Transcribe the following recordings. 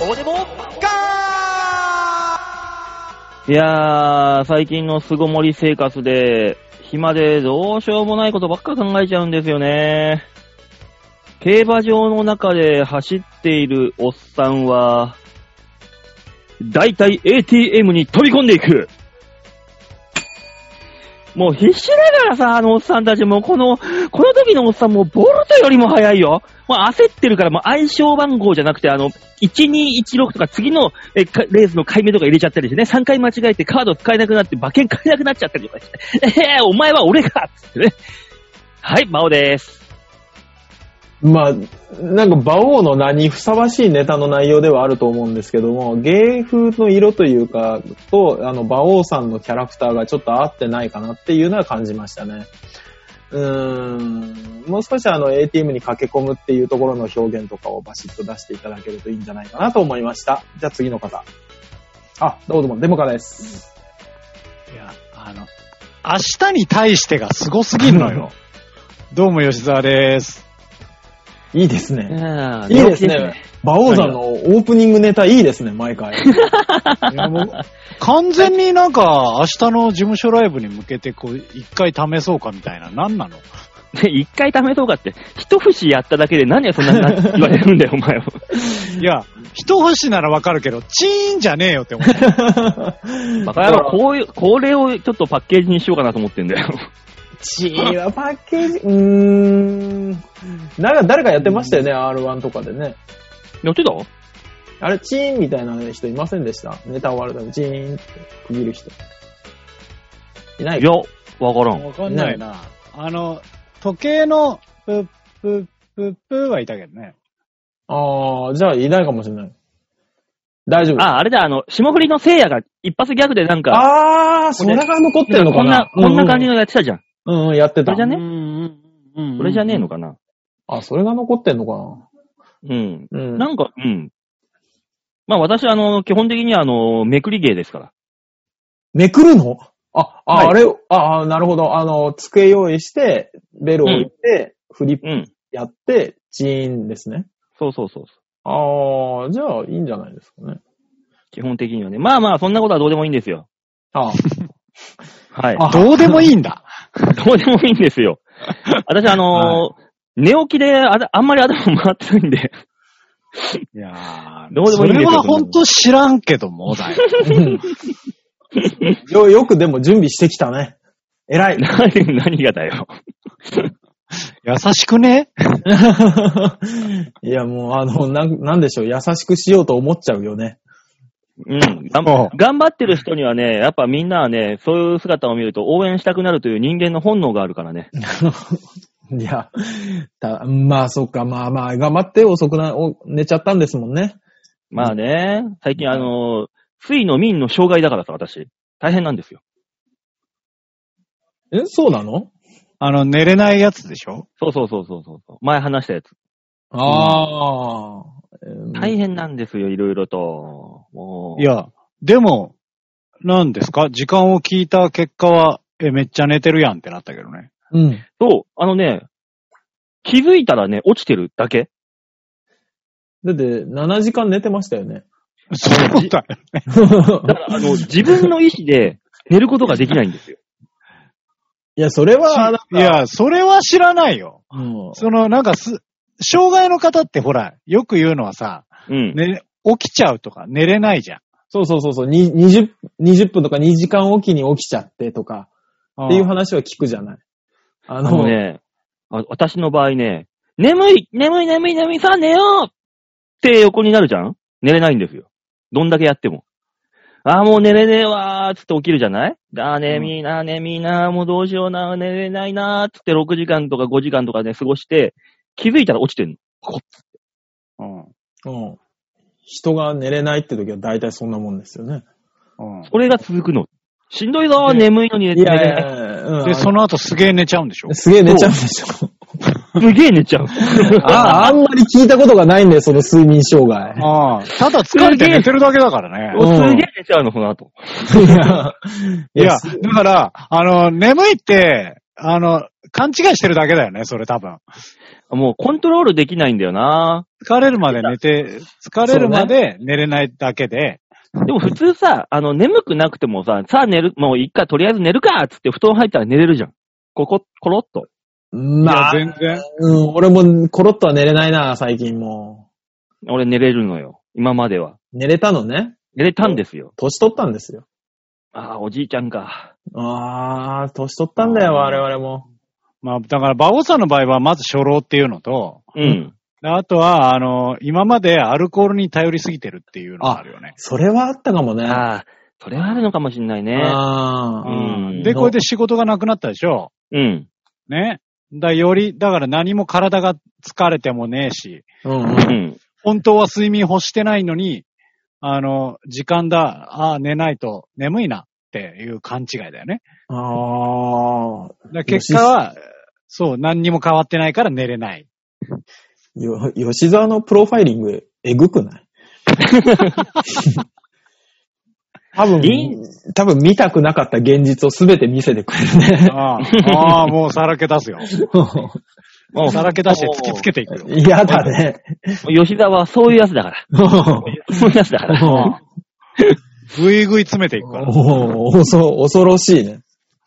どうでもガいやー、最近の巣ごもり生活で、暇でどうしようもないことばっか考えちゃうんですよね。競馬場の中で走っているおっさんは、だいたい ATM に飛び込んでいく。もう必死だからさ、あのおっさんたちもこの時のおっさんもボルトよりも早いよ。もう焦ってるからもう相性番号じゃなくて1216とか次のレースの回目とか入れちゃったりしてね、3回間違えてカード使えなくなって馬券買えなくなっちゃったりとかして、お前は俺かつってね。はい、馬王です。 まあ、なんか馬王の名にふさわしいネタの内容ではあると思うんですけども、芸風の色というか、と、馬王さんのキャラクターがちょっと合ってないかなっていうのは感じましたね。もう少しATM に駆け込むっていうところの表現とかをバシッと出していただけるといいんじゃないかなと思いました。じゃあ次の方。あ、どうも、デモカです。 いや、明日に対してがすごすぎんのよ。どうも吉沢です。 いいですね。いいですね。馬王さんのオープニングネタいいですね、毎回。いやもう完全になんか明日の事務所ライブに向けてこう一回試そうかみたいな。何なの？ 一回試そうかって、一節やっただけで何やそんな言われるんだよ、お前は。 いや、一節ならわかるけど、チーンじゃねえよって思って。 バカ野郎、これをちょっとパッケージにしようかなと思ってんだよ。 チーはパッケージ、なんか誰かやってましたよね、R1 とかでね。 やってた？ あれ、チーンみたいな人いませんでした？ネタ終わるためチーンって区切る人。いない？ いや、わからん。 わかんないな。時計のプップップップーはいたけどね。 あー、じゃあいないかもしれない。大丈夫。 あれだ、霜降りの聖夜が一発ギャグでなんか。 あー、それが残ってんのかな？ こんな感じのやってたじゃん。 やってた。 それじゃね？それじゃねえのかな。 あ、それが残ってんのかな？ なんか、まあ私基本的にめくり芸ですから。 めくるの？ はい、 あれ、なるほど。机用意して、ベルを置いて、フリップやって、チーンですね。 そう。 じゃあいいんじゃないですかね。 基本的にはね。まあ、そんなことはどうでもいいんですよ。 はい。 どうでもいいんだ。 どうでもいいんですよ。私寝起きであんまり頭回ってないんで。 いやー、 どうでもいいんですよ。 それは本当知らんけどもだよ。よくでも準備してきたね。偉い。 何がだよ。 優しくね？ いやもうなんでしょう、優しくしようと思っちゃうよね。 頑張ってる人にはね、やっぱみんなはね、そういう姿を見ると応援したくなるという人間の本能があるからね。 いや、まあそっか、まあ頑張って寝ちゃったんですもんね。 まあね、最近水の民の障害だからさ、私。大変なんですよ。 そうなの？ 寝れないやつでしょ？ そう。前話したやつ。大変なんですよ、いろいろと。 いや、でも、何ですか？時間を聞いた結果は、めっちゃ寝てるやんってなったけどね。 そう、気づいたらね、落ちてるだけ。 だって、7時間寝てましたよね。 そうだよね。 だから自分の意思で寝ることができないんですよ。 いや、それは、 いや、それは知らないよ。障害の方ってほら、よく言うのはさ、起きちゃうとか寝れないじゃん。 そう。20分とか2時間おきに起きちゃってとか、っていう話は聞くじゃない。 私の場合ね、眠い、さあ寝ようって横になるじゃん？寝れないんですよ。どんだけやっても。もう寝れねえわーつって起きるじゃない？眠いな、もうどうしような、寝れないなーつって6時間とか5時間とかね、過ごして、気づいたら落ちてんの。こっつって。 人が寝れないって時は大体そんなもんですよね。 それが続くの。しんどいぞー、眠いのに寝れない。で、その後すげー寝ちゃうんでしょ？ すげー寝ちゃうんでしょ？ すげー寝ちゃう。 あんまり聞いたことがないんだよ、その睡眠障害。 ただ疲れて寝てるだけだからね。 すげー寝ちゃうの、その後。 いや、だから、眠いって、 勘違いしてるだけだよね、それ多分。 もうコントロールできないんだよな。 疲れるまで寝れないだけで。 でも普通さ、眠くなくてもさ、さあ寝る、もういっか、とりあえず寝るかっつって布団入ったら寝れるじゃん。コロッと。 まあ、 全然。 俺もコロッとは寝れないな、最近も俺寝れるのよ。今までは。 寝れたのね。 寝れたんですよ。 年取ったんですよ。 ああ、おじいちゃんか。 年取ったんだよ、我々も。 まあ、だから、馬王さんの場合はまず初老っていうのと、 うん。 あとは、今までアルコールに頼りすぎてるっていうのがあるよね。 それはあったかもね。 ああ、それはあるのかもしんないね。 で、これで仕事がなくなったでしょ。 うん。 ね。だから何も体が疲れてもねえし、本当は睡眠欲してないのに、時間だ、寝ないと眠いなっていう勘違いだよね。結果は、そう、何にも変わってないから寝れない。 吉沢のプロファイリング、えぐくない多分見たくなかった現実をすべて見せてくれるね。 もうさらけ出すよ。もうさらけ出して突きつけていくよ。 嫌だね。 吉沢はそういうやつだから。そういうやつだから。 ぐいぐい詰めていくから。 恐ろしいね。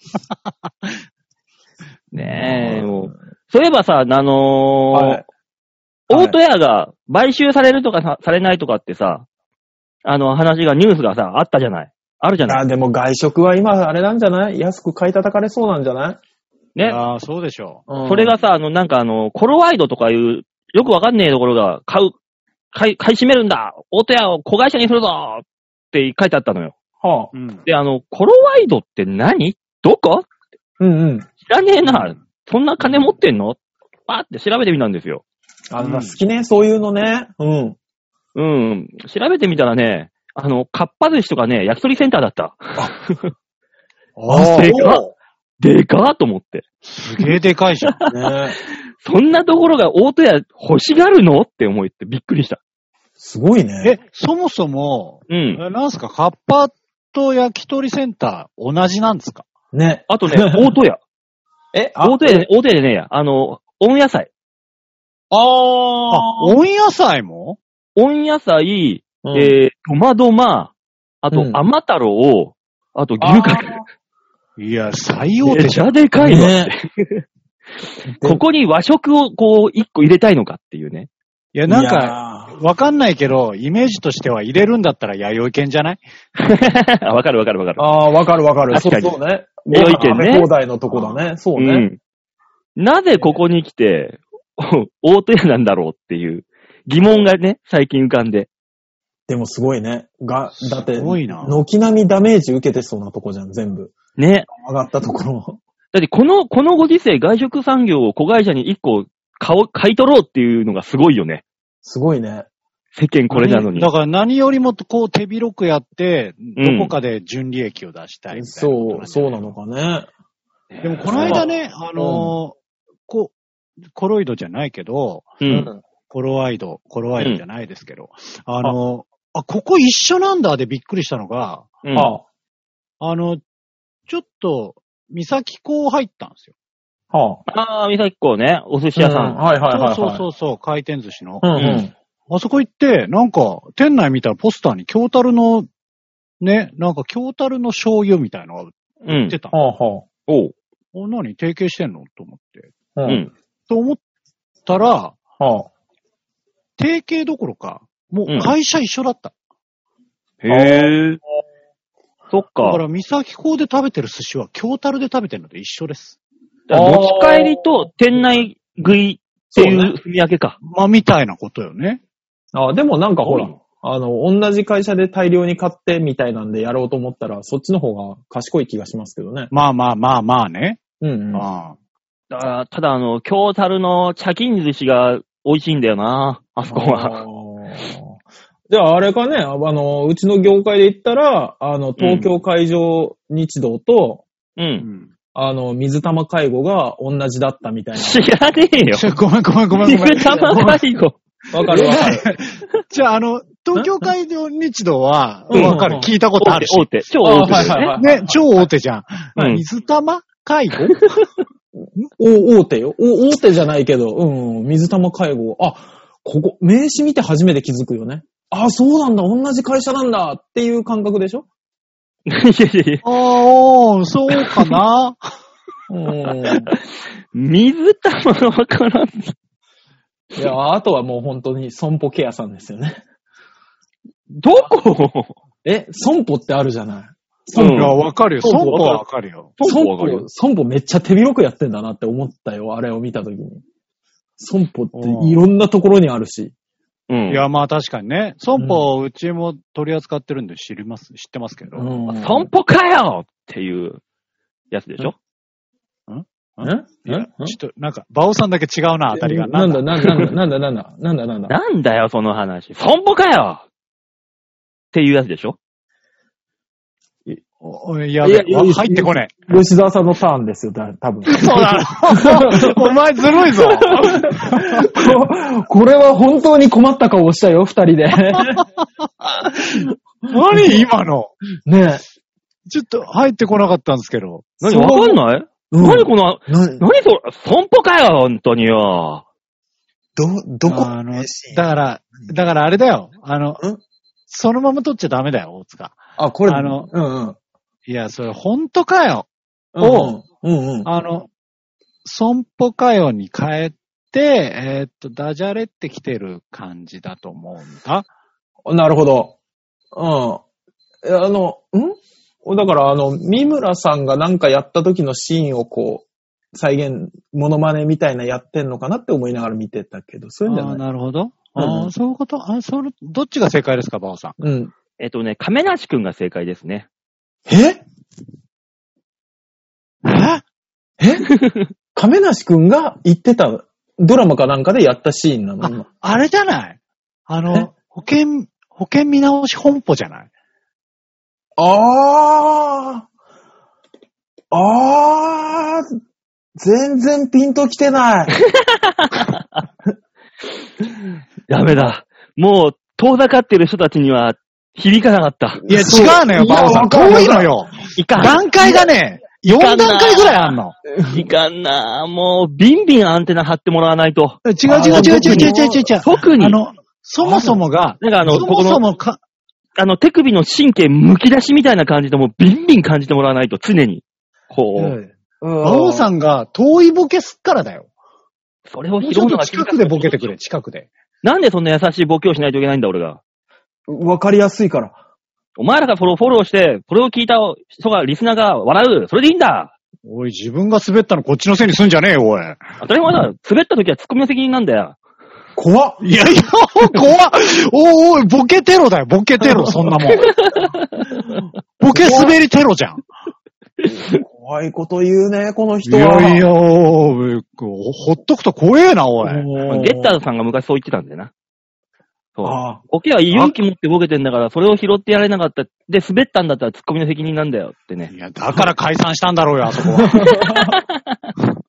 ねえ、もう。そういえばさ、大戸屋が買収されるとかされないとかってさ、話が、ニュースがさ、あったじゃない。あるじゃない。 でも外食は今あれなんじゃない？安く買い叩かれそうなんじゃない？ ね。 そうでしょう。それがさ、コロワイドとかいう、よくわかんねえところが、買い占めるんだ！大戸屋を子会社にするぞって書いてあったのよ。で、コロワイドって何？どこ？知らねえな。そんな金持ってんの？パーって調べてみたんですよ。 好きね、そういうのね。 調べてみたらね、かっぱ寿司とかね、焼き鳥センターだった。でかっと思って。 すげえでかいじゃん。 ね、 そんなところが大戸屋欲しがるのって思ってびっくりした。 すごいね。 そもそも、なんすか、かっぱと焼き鳥センター同じなんですか？ ね。あとね、大戸屋。大戸屋でねえや。温野菜。 温野菜も？ 温野菜、トマドマ、あと、甘太郎、あと牛角。 いや、最大手じゃん。 めちゃでかいわって。ここに和食を一個入れたいのかっていうね。 いや、なんか、わかんないけど、イメージとしては入れるんだったら弥生県じゃない？ わかる。 わかる。 確かに。 そうね。 弥生県ね。 放題のとこだね。そうね。 なぜここに来て、大戸屋なんだろうっていう疑問がね、最近浮かんで。 でもすごいね。だって、 軒並みダメージ受けてそうなとこじゃん、全部。 ね。 上がったところ。 だってこのご時世、外食産業を子会社に一個買い取ろうっていうのがすごいよね。 すごいね。 世間これなのに。 だから何よりも手広くやって、どこかで純利益を出したいみたいな、 そうなのかね。 でもこの間ね、コロイドじゃないけど、コロワイドじゃないですけど、ここ一緒なんだでびっくりしたのが、ちょっと、三崎港入ったんですよ。 三崎港ね、お寿司屋さん。 そう、回転寿司の。あそこ行って、なんか、店内見たらポスターに京樽の、ね、なんか京樽の醤油みたいなのが売ってた。何提携してんのと思って。と思ったら、提携どころか、もう会社一緒だった。 へぇー。そっか。 だから、三崎港で食べてる寿司は京樽で食べてるのと一緒です。 持ち帰りと店内食いっていう踏み分けか。 みたいなことよね。 でもなんかほら、同じ会社で大量に買ってみたいなんでやろうと思ったら、そっちの方が賢い気がしますけどね。 まあね。 ただ、京樽の茶金寿司が美味しいんだよな、あそこは。 じゃああれかね、うちの業界で言ったら、東京海上日動と、水玉介護が同じだったみたいな。 知らねえよ。 ごめん。 水玉介護。 わかる。 じゃあ、東京海上日動は、わかる。聞いたことあるし。 超大手。 ね、超大手じゃん。水玉介護大手よ。大手じゃないけど、水玉介護。あ、ここ、名刺見て初めて気づくよね。あ、そうなんだ、同じ会社なんだっていう感覚でしょ？ いやいやいや。 そうかな。 水玉がわからん。 いや、あとはもう本当に損保ケアさんですよね。 どこ？ 損保ってあるじゃない。 いや、わかるよ。損保はわかるよ。 損保めっちゃ手広くやってんだなって思ったよ、あれを見たときに。損保っていろんなところにあるし。 いや、まあ確かにね。損保、うちも取り扱ってるんで知ってますけど。 損保かよっていうやつでしょ？ ちょっと、なんか、バオさんだけ違うな、あたりが。 なんだ。 なんだよ、その話。損保かよっていうやつでしょ？ やべ、入ってこねえ。吉沢さんのターンですよ、多分。 そうだお前ずるいぞこれは本当に困った顔をしたよ、二人で。 何今のねえ。 ちょっと入ってこなかったんですけど。 何わかんない？何この、何それ、損保かよ、本当によ。 どこだからあれだよ。そのまま取っちゃダメだよ、大塚。 あ、これ、 いや、それ、本当かよ。損保かよに変えて、ダジャレってきてる感じだと思うんだ。 なるほど。だから、三村さんがなんかやった時のシーンをこう、再現、モノマネみたいなやってんのかなって思いながら見てたけど、そういうんじゃない？ なるほど。そういうこと？どっちが正解ですか、バオさん。 亀梨くんが正解ですね。 亀梨くんが言ってたドラマかなんかでやったシーンなの今。 あれじゃない？保険見直し本舗じゃない？ 全然ピンときてない。 ダメだ。もう、遠ざかってる人たちには響かなかった。 いや、違うのよ、バオさん。遠いのよ。段階がね、4段階ぐらいあんの。 いかんな。もう、ビンビンアンテナ張ってもらわないと。 違う。 特に。 そもそもが、 なんかこの手首の神経むき出しみたいな感じでもうビンビン感じてもらわないと、常に。こう。 バオさんが遠いボケすっからだよ。 それを拾うのが近くでボケてくれ、近くで。 なんでそんな優しいボケをしないといけないんだ、俺が。 わかりやすいから。 お前らがフォローして、これを聞いた人が、リスナーが笑う。それでいいんだ。 おい、自分が滑ったのこっちのせいにすんじゃねえよ、おい。 当たり前だ。滑った時はツッコミの責任なんだよ。 怖っ。 いや、怖っ。おい、ボケテロだよ、ボケテロ、そんなもん。ボケ滑りテロじゃん。 怖いこと言うね、この人は。 いや、ほっとくと怖えな、おい。 ゲッターズさんが昔そう言ってたんだよな。そう。ボケは勇気持ってボケてんだから、それを拾ってやれなかった。で、滑ったんだったらツッコミの責任なんだよってね。 いや、だから解散したんだろうよ、あそこは。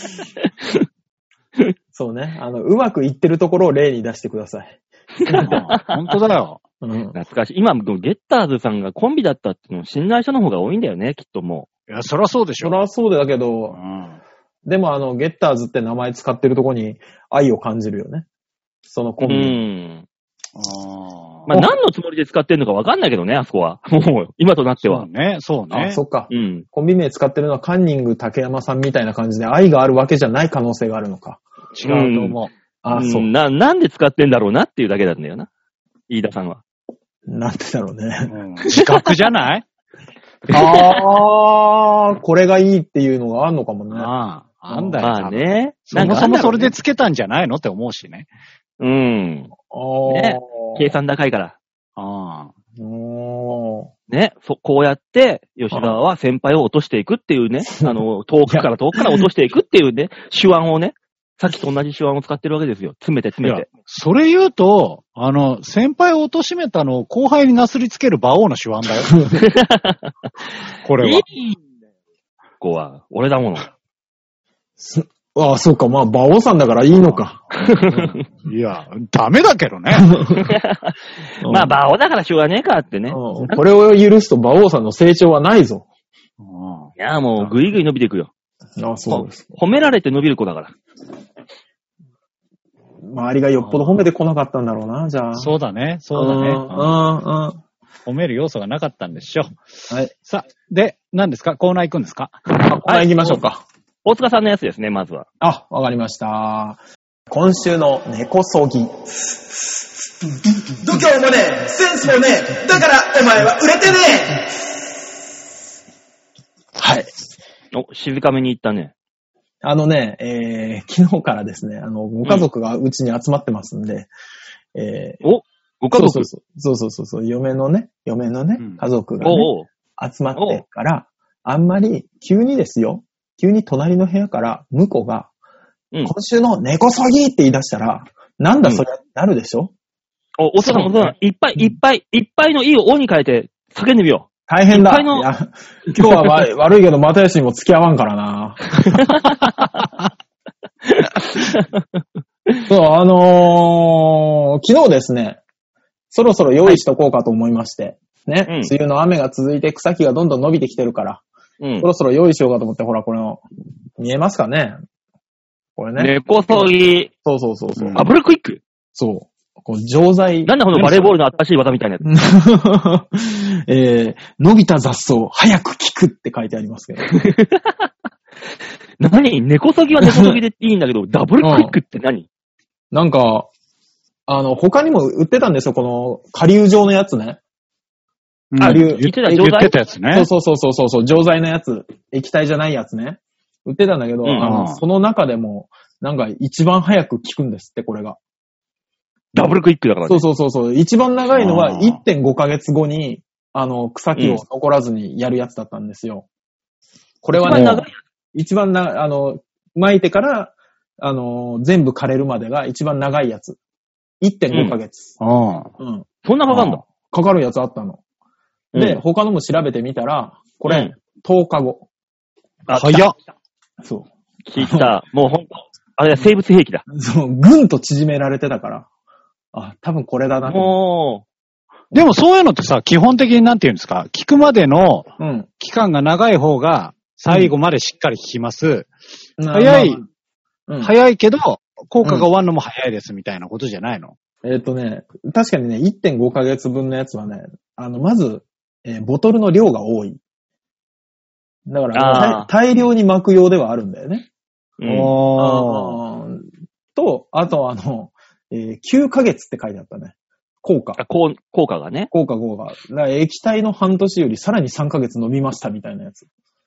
そうね。うまくいってるところを例に出してください。 本当だよ。 懐かしい。今、ゲッターズさんがコンビだったっていうのを信頼者の方が多いんだよね、きっともう。いや、そりゃそうでしょ。 そりゃそうだけど、でもゲッターズって名前使ってるところに愛を感じるよね。そのコンビ。 まあ、何のつもりで使ってんのかわかんないけどね、あそこは。もう、今となっては。 そうね。 あ、そっか。コンビ名使ってるのはカンニング竹山さんみたいな感じで愛があるわけじゃない可能性があるのか。 違うと思う。 そう。なんで使ってんだろうなっていうだけなんだよな。飯田さんは。 なんでだろうね。 自覚じゃないこれがいいっていうのがあんのかもね。 あんだよ。 まあね。 そもそもそれでつけたんじゃないのって思うしね。 ね。計算高いから。ね。こうやって、吉沢は先輩を落としていくっていうね。遠くから落としていくっていうね、手腕をね。さっきと同じ手腕を使ってるわけですよ。詰めて。 それ言うと、先輩を貶めたのを後輩になすりつける馬王の手腕だよ。これは。いいんだよ。 ここは、俺だもの。 ああ、そうか。まあ、馬王さんだからいいのか。 いや、ダメだけどね。 まあ、馬王だからしょうがねえかってね。 これを許すと馬王さんの成長はないぞ。 いや、もう、ぐいぐい伸びていくよ。 あ、そうです。 褒められて伸びる子だから。 周りがよっぽど褒めてこなかったんだろうな、じゃあ。 そうだね。そうだね。褒める要素がなかったんでしょ。 はい。 さあ、で、何ですか？コーナー行くんですか？ コーナー行きましょうか。 大塚さんのやつですね、まずは。 あ、わかりました。今週の根こそぎ。 度胸もねえ、センスもねえ、だからお前は売れてねえ。はい。 お、静かめに言ったね。 昨日からですね、ご家族がうちに集まってますんで、 お、ご家族？ そう、嫁のね、家族がね、集まってから、あんまり急に隣の部屋から婿が、今週の根こそぎって言い出したら、なんだそれ、なるでしょ？ お、お父さん、いっぱいのいいをおに変えて叫んでみよう。 大変だ。いや、今日は悪いけど、又吉にも付き合わんからな。そう、昨日ですね、そろそろ用意しとこうかと思いまして、ね、梅雨の雨が続いて草木がどんどん伸びてきてるから、そろそろ用意しようかと思って、ほら、これの、見えますかね？これね。 根こそぎ。 そう。 ダブルクイック。 そう。こう錠剤。 なんだこのバレーボールの新しい技みたいなやつ。伸びた雑草、早く効くって書いてありますけど。 何？根こそぎは根こそぎでいいんだけど、ダブルクイックって何？ なんか、他にも売ってたんですよ、この、顆粒状のやつね。 言ってたやつね。 そう、錠剤のやつ。液体じゃないやつね。売ってたんだけど、その中でも、なんか一番早く効くんですって、これが。 ダブルクイックだからね。 そう。一番長いのは 1.5 ヶ月後に、草木を残らずにやるやつだったんですよ。これはね、巻いてから、全部枯れるまでが一番長いやつ。1.5 ヶ月。 そんなかかんだ。 かかるやつあったの。で、他のも調べてみたら、これ、10日後。 早っ。 そう。 聞いた。もうほんと、あれは生物兵器だ。 そう、ぐんと縮められてたから。あ、多分これだな。 もう。でもそういうのってさ、基本的になんて言うんですか、聞くまでの期間が長い方が最後までしっかり聞きます。早いけど、効果が終わるのも早いですみたいなことじゃないの？ 確かにね、1.5 ヶ月分のやつはね、まず、ボトルの量が多い。だから、大量に巻く用ではあるんだよね。と、あと9ヶ月って書いてあったね。効果がね。効果。だから液体の半年よりさらに3ヶ月伸びましたみたいなやつ。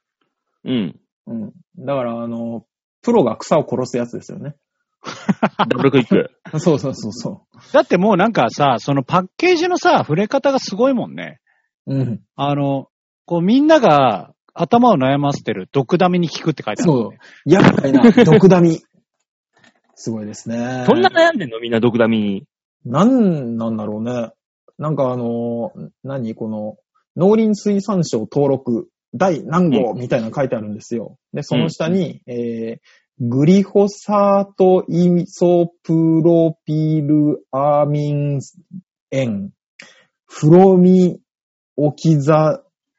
だから、プロが草を殺すやつですよね。 ダブルクイック。 そう。 だってもうなんかさ、そのパッケージのさ、触れ方がすごいもんね。こうみんなが頭を悩ませてる毒ダミに効くって書いてある、ね。そう。 厄介な毒ダミ。すごいですね。 そんな悩んでんのみんな毒ダミに。 なんだろうね。なんかこの、農林水産省登録、第何号みたいなの書いてあるんですよ。で、その下に、グリホサートイソプロピルアミン塩、フロミオキサ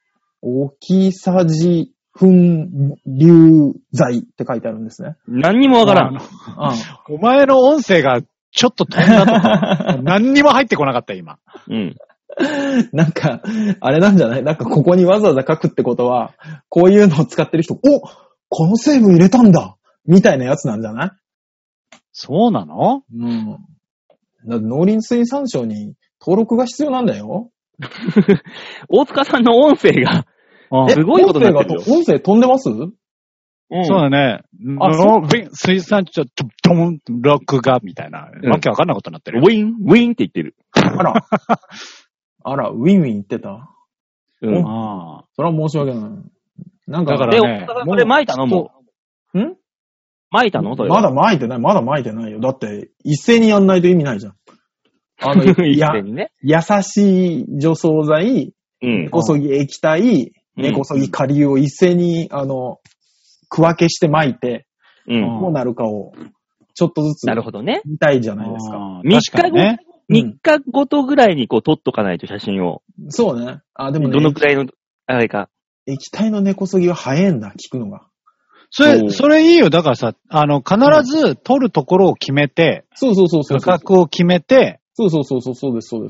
ジ粉硫剤って書いてあるんですね。 何にもわからん。 お前の音声がちょっと飛んだとか、何にも入ってこなかった今。 なんか、あれなんじゃない？なんかここにわざわざ書くってことは、こういうのを使ってる人、この成分入れたんだみたいなやつなんじゃない？ そうなの？ だって農林水産省に登録が必要なんだよ。 大塚さんの音声が、すごいことになってるよ。 音声飛んでます？ そうだね。水産庁、ドン、ロックが、みたいな。わけわかんないことになってる。 ウィンって言ってる。 あら、ウィン言ってた。それは申し訳ない。なんか、 だからね、これ巻いたのもう。巻いたのそれまだ巻いてないよ。だって、一斉にやんないと意味ないじゃん。 一斉にね。 優しい除草剤、根こそぎ液体、根こそぎ顆粒を一斉に、区分けして巻いて、どうなるかを、ちょっとずつ、 なるほどね。 見たいじゃないですか。 3日ごとぐらいにこう撮っとかないと写真を。 そうね。でもね。 どのくらいの、あれか。 液体の根こそぎは早いんだ、聞くのが。 それいいよ。だからさ、必ず取るところを決めて、 そう。 価格を決めて、 そうです。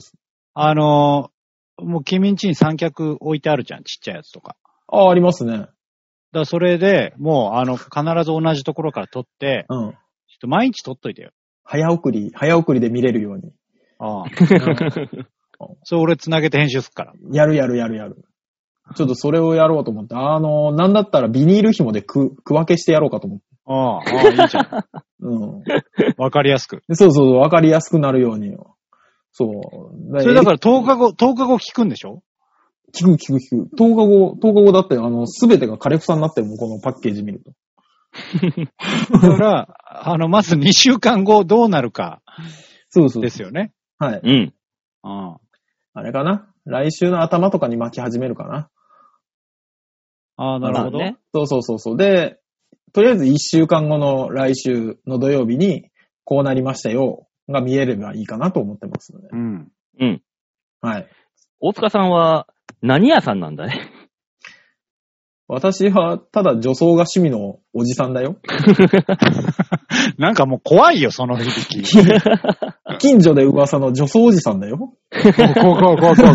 もう君んちに三脚置いてあるじゃん、ちっちゃいやつとか。 ありますね。 だからそれで、もう、必ず同じところから取って、ちょっと毎日取っといてよ。 早送りで見れるように。 それ俺繋げて編集すっから。 やる。ちょっとそれをやろうと思って。なんだったらビニール紐で区分けしてやろうかと思って。 いいじゃん。わかりやすく。 そう、わかりやすくなるように。そう。 それだから10日後聞くんでしょ？ 聞く。10日後だって、すべてが枯れ草になってるもん、このパッケージ見ると。 だから、まず2週間後どうなるか。 そう。 ですよね。 はい。あれかな？来週の頭とかに巻き始めるかな。 なるほど。 そう。で、とりあえず1週間後の来週の土曜日に、こうなりましたよ、が見えればいいかなと思ってますので。はい。 大塚さんは、何屋さんなんだね。 私は、ただ女装が趣味のおじさんだよ。 なんかもう怖いよ、その響き。 近所で噂の女装おじさんだよ。 怖い。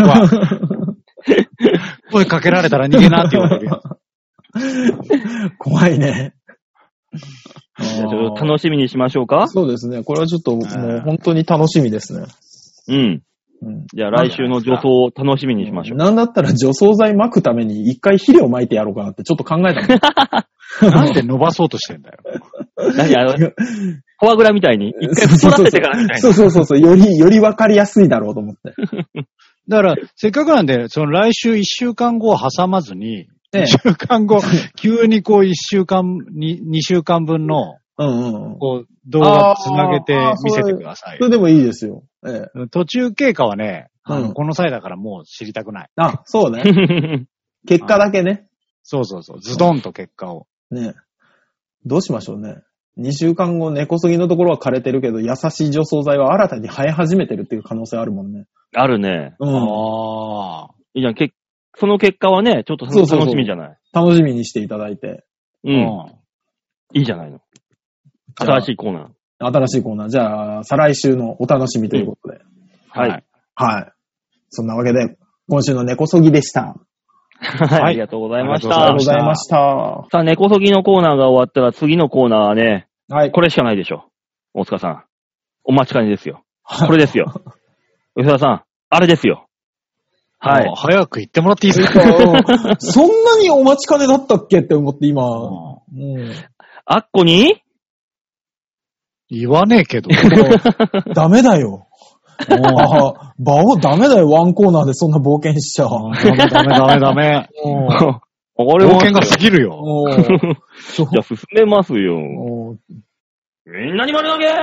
声かけられたら逃げなって言われるよ。 怖いね。 じゃあちょっと楽しみにしましょうか。 そうですね。これはちょっともう本当に楽しみですね。 じゃあ来週の女装を楽しみにしましょう。 なんだったら除草剤撒くために一回肥料撒いてやろうかなってちょっと考えたもん。 なんで伸ばそうとしてんだよ。 何フォアグラみたいに一回太らせてからみたいな。 そう。より分かりやすいだろうと思って。 だから、せっかくなんで、その来週1週間後を挟まずに、1週間後、急にこう1週間、2週間分の、こう、動画つなげて見せてください。 それでもいいですよ。 途中経過はね、この際だからもう知りたくない。 そうね。結果だけね。 そう。ズドンと結果を。 ね。どうしましょうね。2週間後、根こそぎのところは枯れてるけど、優しい除草剤は新たに生え始めてるっていう可能性あるもんね。 あるね。いいじゃん。その結果はね、ちょっと楽しみじゃない。 楽しみにしていただいて。 いいじゃないの。新しいコーナー。 じゃあ、再来週のお楽しみということで。 はい。 そんなわけで、今週の根こそぎでした。 ありがとうございました。 ありがとうございました。 さあ、根こそぎのコーナーが終わったら次のコーナーはね、これしかないでしょ。大塚さん。お待ちかねですよ。これですよ。吉田さん、あれですよ。はい。 早く言ってもらっていいですか？ そんなにお待ちかねだったっけって思って今。 あっこに言わねえけど。 ダメだよ。場をダメだよ、ワンコーナーでそんな冒険しちゃ。 ダメ。冒険が過ぎるよ。 じゃあ進めますよ。みんなに丸投げ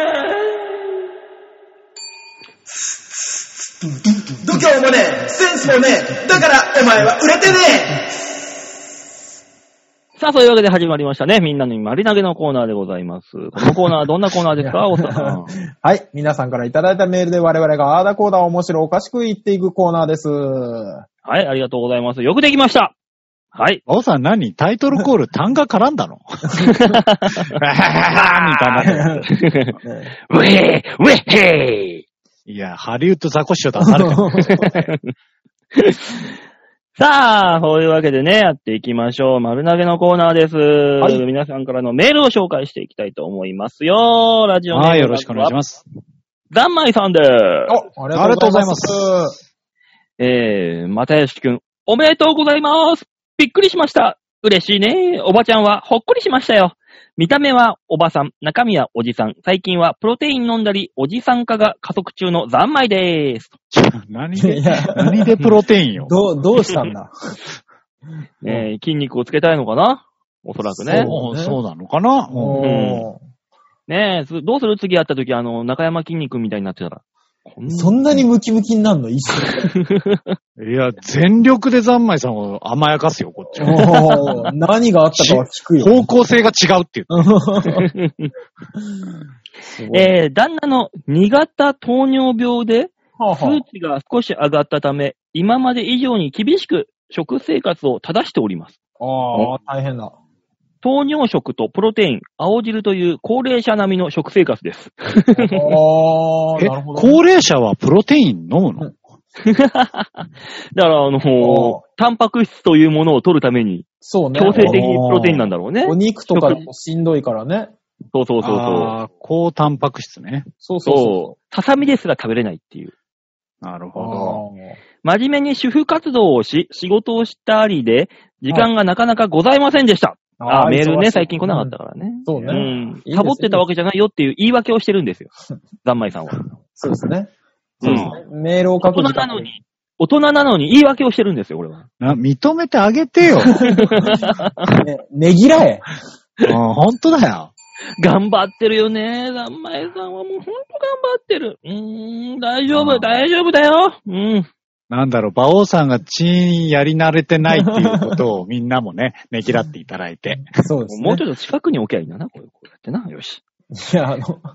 度胸もねえ、センスもねえ、だからお前は売れてねえ。 さあ、そういうわけで始まりましたね。みんなに丸投げのコーナーでございます。このコーナーはどんなコーナーですか、大塚さん。 はい。皆さんからいただいたメールで我々があーだこーだ面白おかしく言っていくコーナーです。 はい、ありがとうございます。よくできました。はい。 大さん何タイトルコール単が絡んだのみたいな。 ウェヘーいや、ハリウッドザコシショウ出されてる。 さあ、そういうわけでね、やっていきましょう。丸投げのコーナーです。はい。皆さんからのメールを紹介していきたいと思いますよ。ラジオネーム。 はい、よろしくお願いします。 ざんまいさんです。 ありがとうございます。 またよしくん、おめでとうございます。びっくりしました。嬉しいね。おばちゃんはほっこりしましたよ。見た目はおばさん、中身はおじさん。最近はプロテイン飲んだり、おじさん化が加速中のざんまいでーす。 何でプロテインよ。 どうしたんだ筋肉をつけたいのかな、おそらくね。 そうなのかな、 ねえ、どうする次会った時、中山筋肉みたいになってたら。 そんなにムキムキになるの一瞬。 いや、全力でざんまいさんを甘やかすよ、こっち。 何があったかは聞くよ。 方向性が違うって言って。旦那の2型糖尿病で、数値が少し上がったため、今まで以上に厳しく食生活を正しております。 大変だ。 糖尿食とプロテイン、青汁という高齢者並みの食生活です。 なるほど。 高齢者はプロテイン飲むの？ だからタンパク質というものを取るために、強制的にプロテインなんだろうね。 お肉とかもしんどいからね。 そう。 高タンパク質ね。 そう。ささみですら食べれないっていう。 なるほど。 真面目に主婦活動をし、仕事をしたりで、時間がなかなかございませんでした。メールね、最近来なかったからね。 そうね。 サボってたわけじゃないよっていう言い訳をしてるんですよ。ざんまいさんは。 そうですね。メールを書く時間大人なのに言い訳をしてるんですよ、俺は。 認めてあげてよ。 ねぎらえ。 ほんとだよ。 頑張ってるよね。ざんまいさんはもうほんと頑張ってる。大丈夫だよ。 なんだろう、馬王さんがチーンやり慣れてないっていうことをみんなもね、ねぎらっていただいて。 そうですね。 もうちょっと近くに置きゃいいんだな、こうやってな。よし。 いや、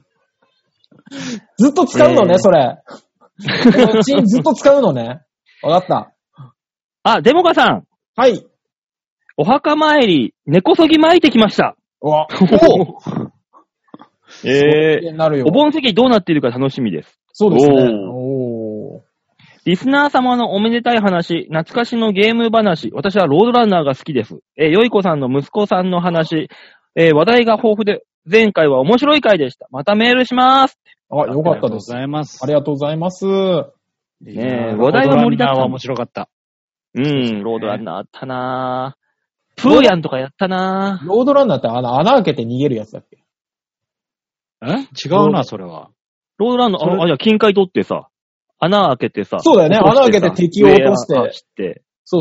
ずっと使うのね、それ。チーンずっと使うのね。わかった。 デモカさん。 はい。 お墓参り、根こそぎ巻いてきました。お盆席どうなっているか楽しみです。 そうですね。 リスナー様のおめでたい話、懐かしのゲーム話、私はロードランナーが好きです。よいこさんの息子さんの話、話題が豊富で、前回は面白い回でした。またメールします。 よかったです。 ありがとうございます。 ありがとうございます。 話題は盛りだった。 面白かった。 ロードランナーあったなぁ。プーヤンとかやったなぁ。 ロードランナーって穴開けて逃げるやつだっけ？ 違うな、それは。 ロードランナー、じゃあ金塊取ってさ、穴開けてさ。 そうだよね、穴開けて敵を落として。そう。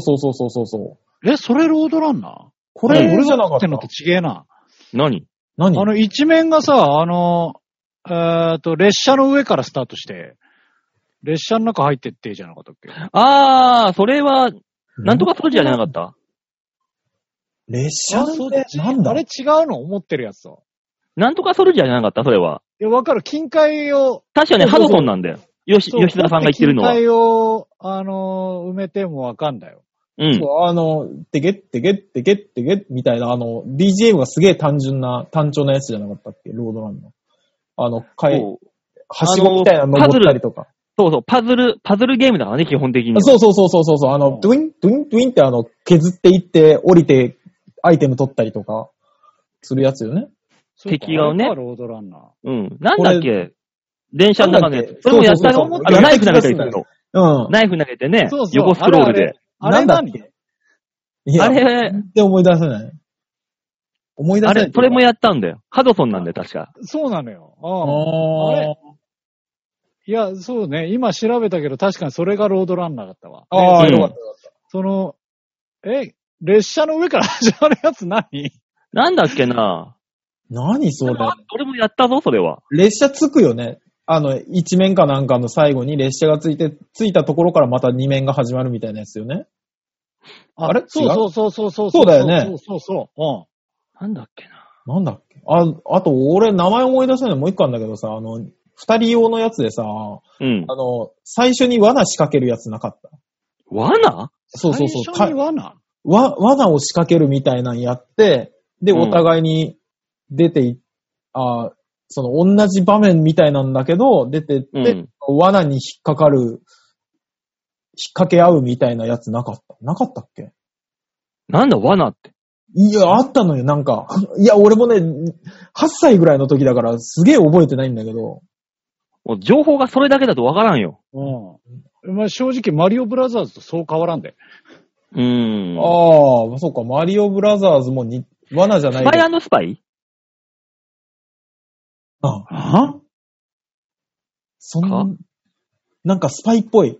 それロードランナー？ これ俺じゃなかった。 のと違えな。 何一面がさ、列車の上からスタートして、列車の中入ってってじゃなかったっけ？ それは、なんとかソルジャーじゃなかった？ 列車ってなんだ？ あれ違うの？思ってるやつと。 なんとかソルジャーじゃなかったそれは。 いや、わかる。金塊を。 確かね、ハドソンなんだよ。吉田さんが言ってるのは。 金塊を、埋めてもわかんだよ。 てけみたいな、BGM がすげえ単調なやつじゃなかったっけ？ロードランの。はしごみたいなの登ったりとか。 そう、パズルゲームだからね、基本的に。 そう。ドゥインって削っていって、降りて、アイテム取ったりとか、するやつよね。 敵がね。 ロードランナー。なんだっけ？電車の中のやつ。それもやったよ。ナイフ投げたりするの。ナイフ投げてね、横スクロールで。 なんだっけ？あれ、全然思い出せない。 あれ、それもやったんだよ。ハドソンなんだよ、確か。 そうなのよ。あれいや、そうね。今調べたけど、確かにそれがロードランナーだったわ。 よかった。 列車の上から始まるやつ何？ なんだっけな？ 何それ？ 俺もやったぞ、それは。 列車つくよね。一面かなんかの最後に列車がついたところからまた二面が始まるみたいなやつよね。あれ？ そう。 そうだよね。 そう。 なんだっけな。なんだっけ？あと、俺、名前思い出せないのもう一個あるんだけどさ、二人用のやつでさ、最初に罠仕掛けるやつなかった？ 罠？ そう。 最初に罠？ 罠を仕掛けるみたいなのやって、で、お互いに出て同じ場面みたいなんだけど、出てって、罠に引っ掛け合うみたいなやつなかったっけ？ なんだ、罠って。 いや、あったのよ、なんか。いや、俺もね、8歳ぐらいの時だから、すげえ覚えてないんだけど。 もう情報がそれだけだとわからんよ。 正直、マリオブラザーズとそう変わらんで。 そうか、マリオブラザーズも罠じゃない。 スパイ&スパイ？ なんかスパイっぽい。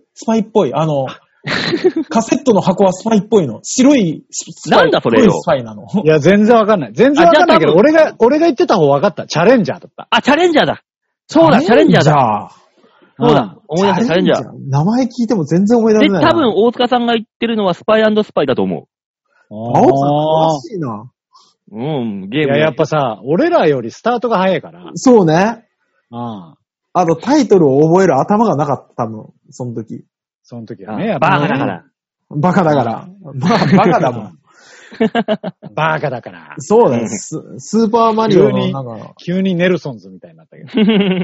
カセットの箱はスパイっぽいの。白いスパイ。 なんだそれよ。 スパイなの。 いや、全然わかんない。全然わかんないけど、俺が言ってた方わかった。チャレンジャーだった。 チャレンジャーだ。そうだ、チャレンジャーだ。そうだ、思い出した、チャレンジャー。 名前聞いても全然思い出せない。 多分、大塚さんが言ってるのはスパイ&スパイだと思う。 詳しいな。 ゲーム。いや、 やっぱさ、俺らよりスタートが早いから。 そうね。タイトルを覚える頭がなかった、多分、その時。 その時はね。 バカだから。 バカだから。バカだもん。 バーカだから。 そうだよ。スーパーマリオのなんか急にネルソンズみたいになったけど。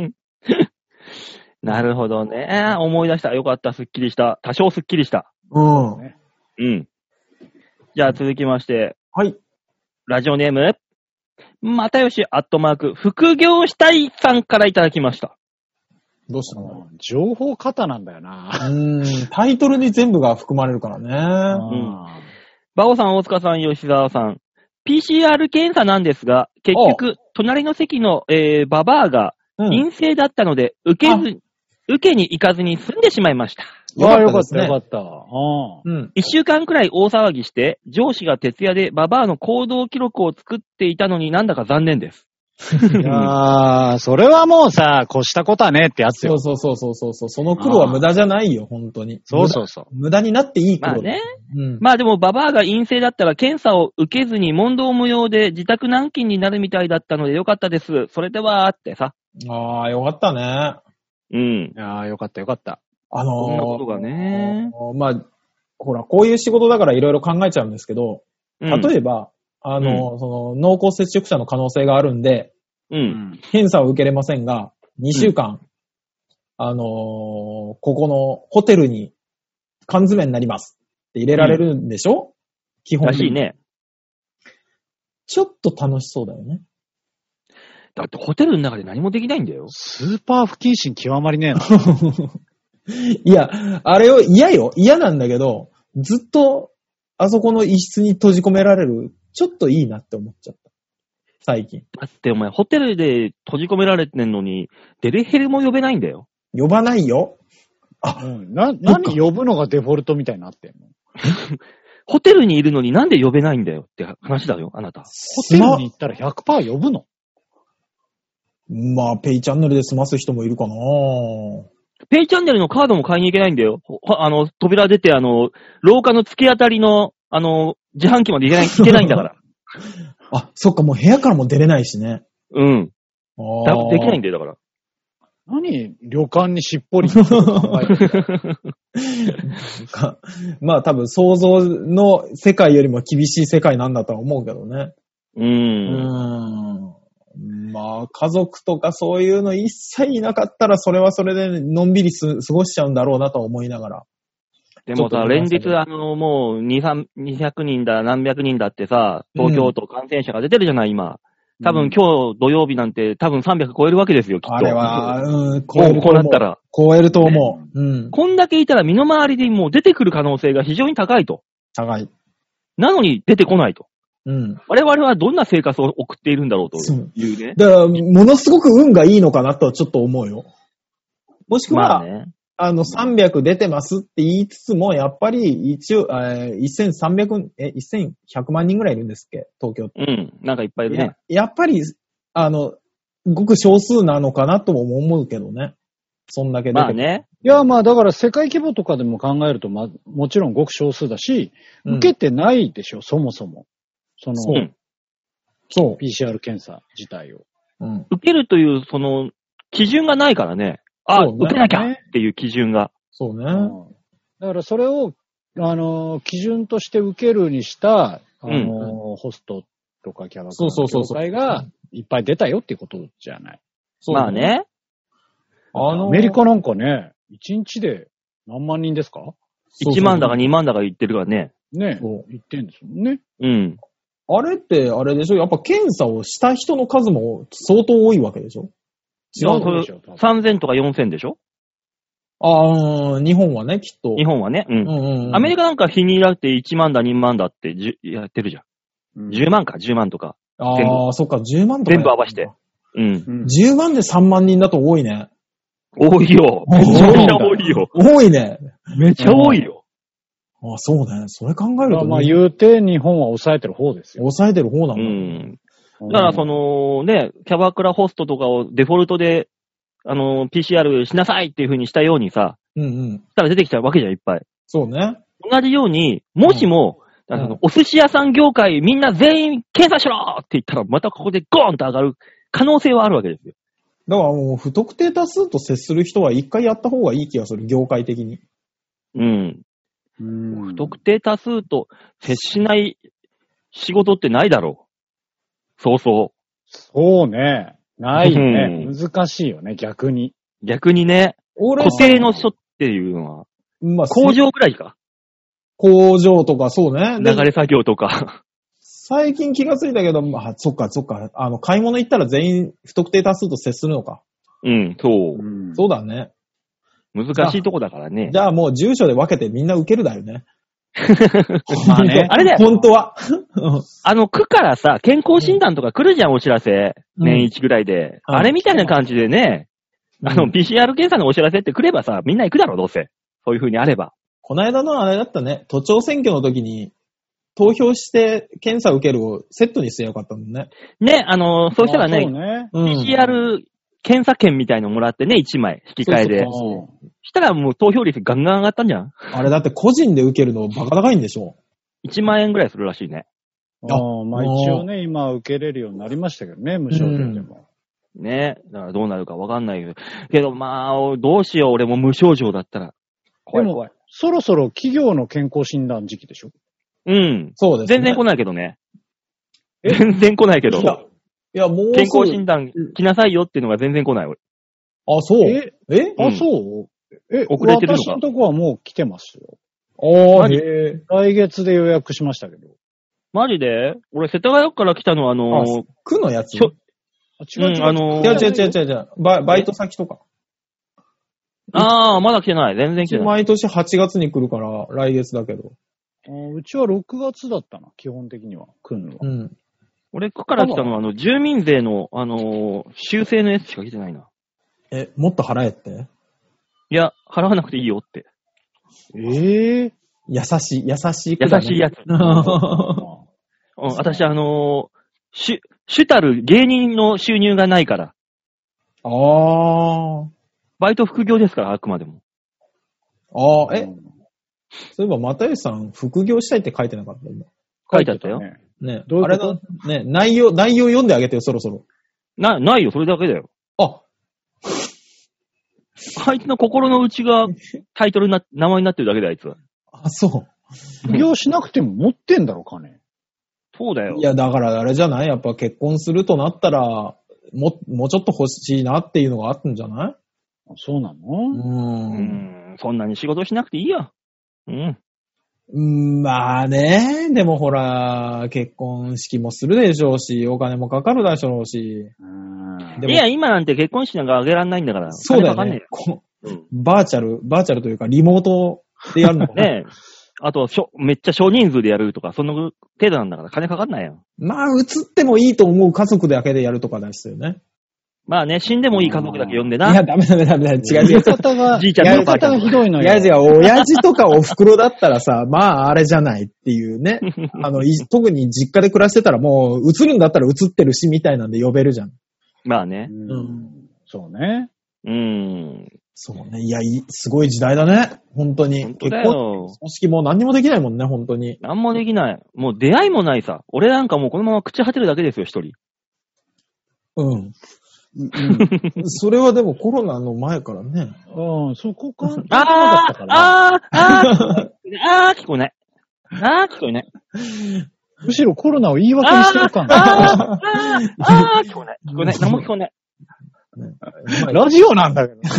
なるほどね。思い出した。よかった。すっきりした。多少すっきりした。 うん。 うん。じゃあ続きまして。 はい。 ラジオネーム。またよし@副業したいさんからいただきました。 どうしたの？ 情報過多なんだよな。 タイトルに全部が含まれるからね。 バオさん、大塚さん、吉沢さん。PCR 検査なんですが、結局、隣の席の、ババアが陰性だったので、受けに行かずに済んでしまいました。 よかったよかった。 1週間くらい大騒ぎして、上司が徹夜でババアの行動記録を作っていたのになんだか残念です。 いやー、それはもうさ、越したことはねってやつよ。 そう。その苦労は無駄じゃないよ、本当に。 そう。 無駄になっていい苦労。 まあね。まあでも、ババアが陰性だったら検査を受けずに問答無用で自宅軟禁になるみたいだったのでよかったです。それでは、ってさ。 ああ、よかったね。 いやー、よかった。 そんなことがね。 まあ、ほら、こういう仕事だからいろいろ考えちゃうんですけど、例えば、その、濃厚接触者の可能性があるんで、検査を受けれませんが、2週間、ここのホテルに缶詰になりますって入れられるんでしょ？基本的に。 らしいね。 ちょっと楽しそうだよね。 だってホテルの中で何もできないんだよ。 スーパー不謹慎極まりねえな。 いや、あれを嫌なんだけど、ずっとあそこの一室に閉じ込められる、ちょっといいなって思っちゃった。最近。 だってお前、ホテルで閉じ込められてんのに、デレヘルも呼べないんだよ。 呼ばないよ。 何呼ぶのがデフォルトみたいになってんの？ ホテルにいるのになんで呼べないんだよって話だよ、あなた。 ホテルに行ったら 100% 呼ぶの？ まあ、ペイチャンネルで済ます人もいるかな。 ペイチャンネルのカードも買いに行けないんだよ。扉出て、廊下の突き当たりの、自販機まで行けないんだから。 あ、そっか、もう部屋からも出れないしね。 うん。できないんだよ、だから。 何旅館にしっぽり考えてるまあ多分想像の世界よりも厳しい世界なんだとは思うけどね。まあ家族とかそういうの一切いなかったらそれはそれでのんびり過ごしちゃうんだろうなと思いながら。 でもさ、連日もう200人だ、何百人だってさ、東京都感染者が出てるじゃない、今。多分今日土曜日なんて多分300超えるわけですよ、きっと。 あれは、 超えると思う。こうなったら。 超えると思う。 こんだけいたら身の回りでもう出てくる可能性が非常に高いと。 高い。 なのに出てこないと。我々はどんな生活を送っているんだろうというね。 だから、ものすごく運がいいのかなとはちょっと思うよ。もしくは、300出てますって言いつつも、やっぱり一応、1100万人ぐらいいるんですっけ東京って。 なんかいっぱいいるね。 やっぱり、ごく少数なのかなとも思うけどね。そんだけ出て。 まあね。 いや、まあだから世界規模とかでも考えると、もちろんごく少数だし、受けてないでしょ、そもそも。そう。PCR 検査自体を。 受けるという、基準がないからね。受けなきゃっていう基準が。 そうね。 だからそれを、基準として受けるにした、ホストとかキャバクラの業界がいっぱい出たよっていうことじゃない。 まあね。 アメリカなんかね、1日で何万人ですか ?1 万だか2万だか言ってるからね。 ね、言ってんですもんね。 あれって、あれでしょやっぱ検査をした人の数も相当多いわけでしょ違うでしょ ?3000 とか4000でしょ日本はね、きっと。 日本はね。アメリカなんか日にだって1万だ2万だってやってるじゃん。10万か、10万とか。 そっか、10万とか。 全部合わせて。 10万で3万人だと多いね。 多いよ。めちゃめちゃ多いよ。 多いね。 めっちゃ多いよ。 そうね。それ考えると、 まあ言うて日本は抑えてる方ですよ。 抑えてる方なんだ。だからキャバクラホストとかをデフォルトで、PCR しなさいっていう風にしたようにさ、したら出てきたわけじゃん、いっぱい。 そうね。 同じように、もしも、お寿司屋さん業界みんな全員検査しろって言ったら、またここでゴーンと上がる可能性はあるわけですよ。 だからもう、不特定多数と接する人は一回やった方がいい気がする、業界的に。 不特定多数と接しない仕事ってないだろう。 そうね。ないよね。難しいよね、逆に。 逆にね、固定の人っていうのは、まあ、工場くらいか。 工場とかそうね。 流れ作業とか。 最近気がついたけど、まあ、そっか。買い物行ったら全員不特定多数と接するのか。 うん、そう。 そうだね。 難しいとこだからね。 じゃあもう住所で分けてみんな受けるだよね。 まあね。あれだよ。 本当は。 区からさ、健康診断とか来るじゃん、お知らせ。年一ぐらいで。あれみたいな感じでね、PCR 検査のお知らせって来ればさ、みんな行くだろ、どうせ。そういう風にあれば。 この間のあれだったね、都庁選挙の時に、投票して検査受けるをセットにしてよかったもんね。 ね、そうしたらね、PCR 検査券みたいのもらってね、1枚引き換えで。したらもう投票率ガンガン上がったんじゃん。 あれだって個人で受けるのバカ高いんでしょ ?1 万円ぐらいするらしいね。 まあ一応ね、今受けれるようになりましたけどね、無償状でも。 ね、だからどうなるかわかんないけど、まあ、どうしよう、俺も無症状だったら。 でも、そろそろ企業の健康診断時期でしょ？ うん。 そうですね。 全然来ないけどね。全然来ないけど。 いや、もう。 健康診断来なさいよっていうのが全然来ない、俺。 あ、そう。 あ、そう遅れてるのか。 私のとこはもう来てますよ。来月で予約しましたけど。 マジで？俺、世田谷から来たのは区のやつ？ 違う。 バイト先とか。 ああ、まだ来てない。全然来てない。 毎年8月に来るから、来月だけど。 うちは6月だったな、基本的には、来るのは。 俺、区から来たのは、住民税の、修正のやつしか来てないな。 もっと払えって？ いや、払わなくていいよって。 優しいやつ。私、主たる芸人の収入がないから。バイト副業ですから、あくまでも。 そういえば、又吉さん、副業したいって書いてなかった今。 書いてあったよ。 ね。あれだ、ね、内容読んであげてよ、そろそろ。 ないよ、それだけだよ。あいつの心の内がタイトル名前になってるだけだよ、あいつは。 そう。 副業しなくても持ってんだろ、金。 そうだよ。 いや、だからあれじゃない？やっぱ結婚するとなったら、もうちょっと欲しいなっていうのがあったんじゃない？ そうなの？ そんなに仕事しなくていいよ。 まあね、でもほら、結婚式もするでしょうし、お金もかかるでしょうし。 いや、今なんて結婚式なんかあげらんないんだから。 そうだよね。バーチャルというか、リモートでやるのかね。あと、めっちゃ少人数でやるとか、その程度なんだから金かかんないよ。 まあ、映ってもいいと思う家族だけでやるとかですよね。 まあね、死んでもいい家族だけ呼んでな。 いや、ダメ。違う。 やり方がひどいのよ。 いや、親父とかお袋だったらさ、まあ、あれじゃないっていうね。特に実家で暮らしてたらもう、映るんだったら映ってるし、みたいなんで呼べるじゃん。 まあね。 そうね。 そうね。いや、すごい時代だね。本当に。 結婚式も何にもできないもんね、本当に。 何もできない。もう出会いもないさ。俺なんかもうこのまま朽ち果てるだけですよ、一人。 それはでもコロナの前からね。 そこか。 聞こえない。聞こえない。 むしろコロナを言い訳にしてる感が。 聞こえない。何も聞こえない。 ラジオなんだけど。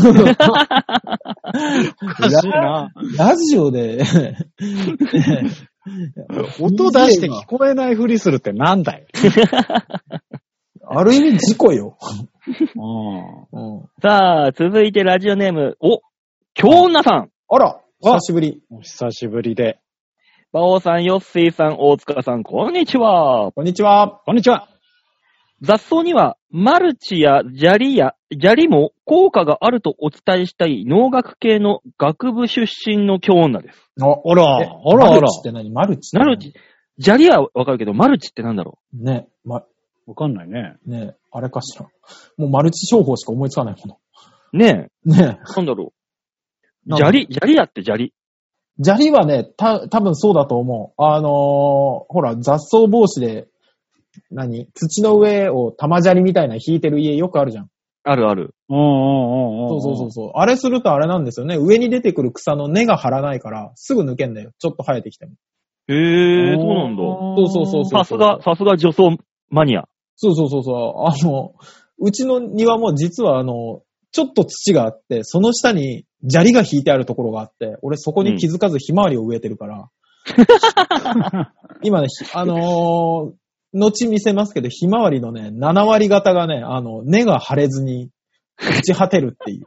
おかしいな。 ラジオで、 音出して聞こえないふりするってなんだよ。 ある意味事故よ。 さあ、続いてラジオネーム、京女さん。 あら、久しぶり。 お久しぶりで。 馬王さん、ヨッシーさん、大塚さん、こんにちは。 こんにちは。 こんにちは。 雑草には、マルチや砂利も効果があるとお伝えしたい農学系の学部出身の京女です。 あら。 マルチって何？マルチ砂利はわかるけど、マルチってなんだろう？ね。わかんないね。 ねえ、あれかしら。もうマルチ商法しか思いつかないもの。 ねえ。なんだろう。砂利だって砂利。 砂利はね、多分そうだと思う。ほら、雑草防止で、土の上を玉砂利みたいな引いてる家よくあるじゃん。 あるある。 そう。あれするとあれなんですよね。上に出てくる草の根が張らないから、すぐ抜けんだよ。ちょっと生えてきても。 へぇー、そうなんだ。 そう。 さすが女装マニア。 そう。うちの庭も実はちょっと土があって、その下に砂利が引いてあるところがあって、俺そこに気づかずひまわりを植えてるから。今ね、後見せますけど、ひまわりのね、7割方がね、根が腫れずに朽ち果てるっていう。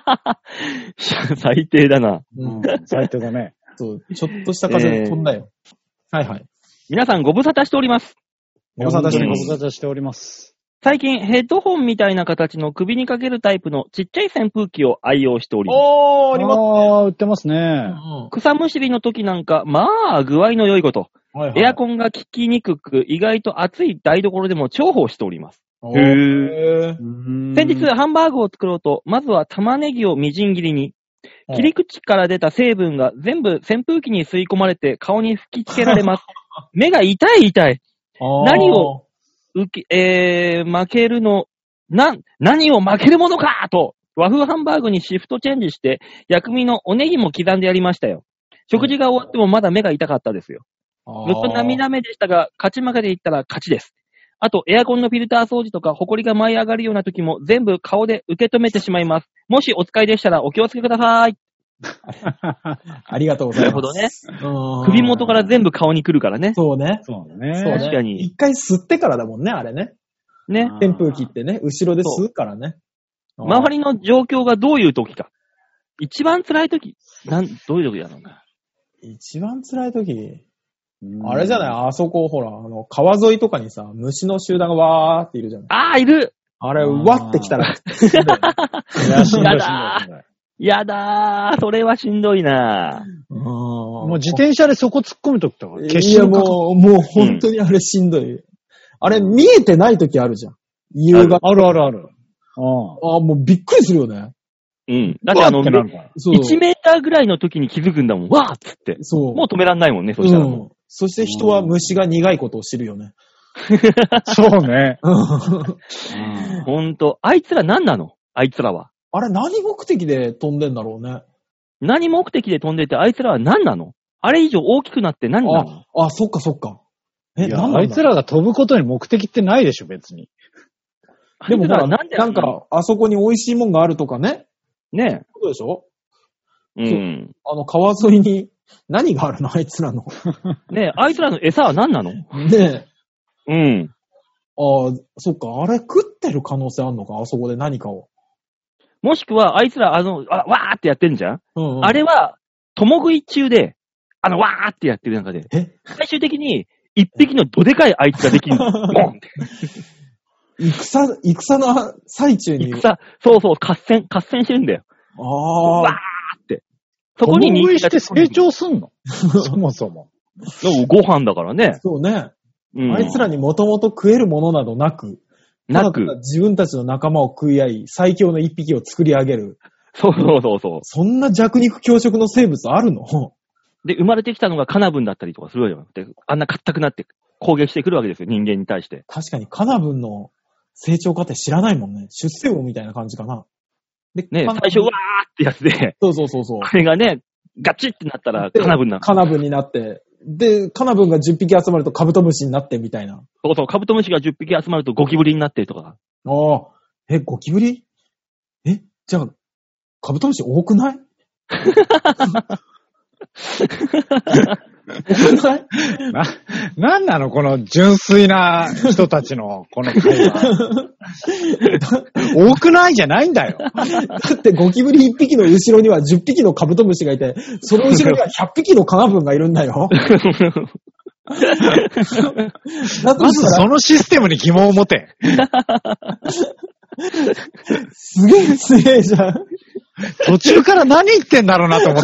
最低だな。 最低だね。 そう、ちょっとした風で飛んだよ。はい。 皆さんご無沙汰しております。 ご無沙汰しております。 最近ヘッドホンみたいな形の首にかけるタイプのちっちゃい扇風機を愛用しております。 ありますね。 売ってますね。 草むしりの時なんか、まあ、具合の良いこと。エアコンが効きにくく、意外と暑い台所でも重宝しております。先日ハンバーグを作ろうと、まずは玉ねぎをみじん切りに、切り口から出た成分が全部扇風機に吸い込まれて顔に吹きつけられます。目が痛い。何を負けるの、何を負けるものかと、和風ハンバーグにシフトチェンジして、薬味のおネギも刻んでやりましたよ。食事が終わってもまだ目が痛かったですよ。ずっと涙目でしたが、勝ち負けで言ったら勝ちです。あと、エアコンのフィルター掃除とか、埃が舞い上がるような時も全部顔で受け止めてしまいます。もしお使いでしたらお気をつけください。 ありがとうございます。 なるほどね。首元から全部顔に来るからね。 そうね。 確かに。 一回吸ってからだもんね、あれね。 ね。 扇風機ってね、後ろで吸うからね。 周りの状況がどういう時か。一番辛い時、どういう時だろうな。 一番辛い時。あれじゃない、あそこ、ほら、川沿いとかにさ、虫の集団がわーっているじゃない。 あー、いる。 あれ、わってきたら。 やだー、それはしんどいなもう自転車でそこ突っ込むときとか、 いや、もう本当にあれしんどい。あれ、見えてないときあるじゃん。夕方。 ある。 もうびっくりするよね。 うん。だって1メーターぐらいの時に気づくんだもん。わーっつって。 そう。 もう止めらんないもんね、そしたら。 そして人は虫が苦いことを知るよね。 そうね。 ほんと。あいつら何なの？あいつらは。 あれ何目的で飛んでんだろうね。 何目的で飛んでてあいつらは何なの？あれ以上大きくなって何なの？ そっか。 あいつらが飛ぶことに目的ってないでしょ、別に。 でもなんか、あそこに美味しいもんがあるとかね。 ねえ。 そうでしょ？ うん。 川沿いに何があるのあいつらの。 ねえ、あいつらの餌は何なの？ ねえ。 うん。 そっか、あれ食ってる可能性あんのかあそこで何かを。 もしくは、あいつら、わーってやってんじゃん？あれは、共食い中で、わーってやってる中で、最終的に、一匹のどでかいあいつができるの。ボンって。 戦の最中に。 そう、合戦してるんだよ。わーって。そこに人気して成長すんのそもそも。 ご飯だからね。 そうね。あいつらにもともと食えるものなどなく、自分たちの仲間を食い合い、最強の一匹を作り上げる。 そう。 そんな弱肉強食の生物あるの？ で、生まれてきたのがカナブンだったりとかするわけよ。あんな硬くなって攻撃してくるわけですよ、人間に対して。 確かにカナブンの成長過程知らないもんね。出世魚みたいな感じかな。 で、ね、最初わーってやつで。 そう。 あれがね、ガチってなったらカナブンなの。 カナブンになって。で、カナブンが10匹集まるとカブトムシになってみたいな。 そう、カブトムシが10匹集まるとゴキブリになってとか。 ゴキブリ？じゃあ、カブトムシ多くない？ なんなのこの純粋な人たちのこの会話。多くないじゃないんだよ。 だってゴキブリ1匹の後ろには10匹のカブトムシがいて、その後ろには100匹のカナブンがいるんだよ。 まずそのシステムに疑問を持て。 すげえじゃん。 途中から何言ってんだろうなと思って。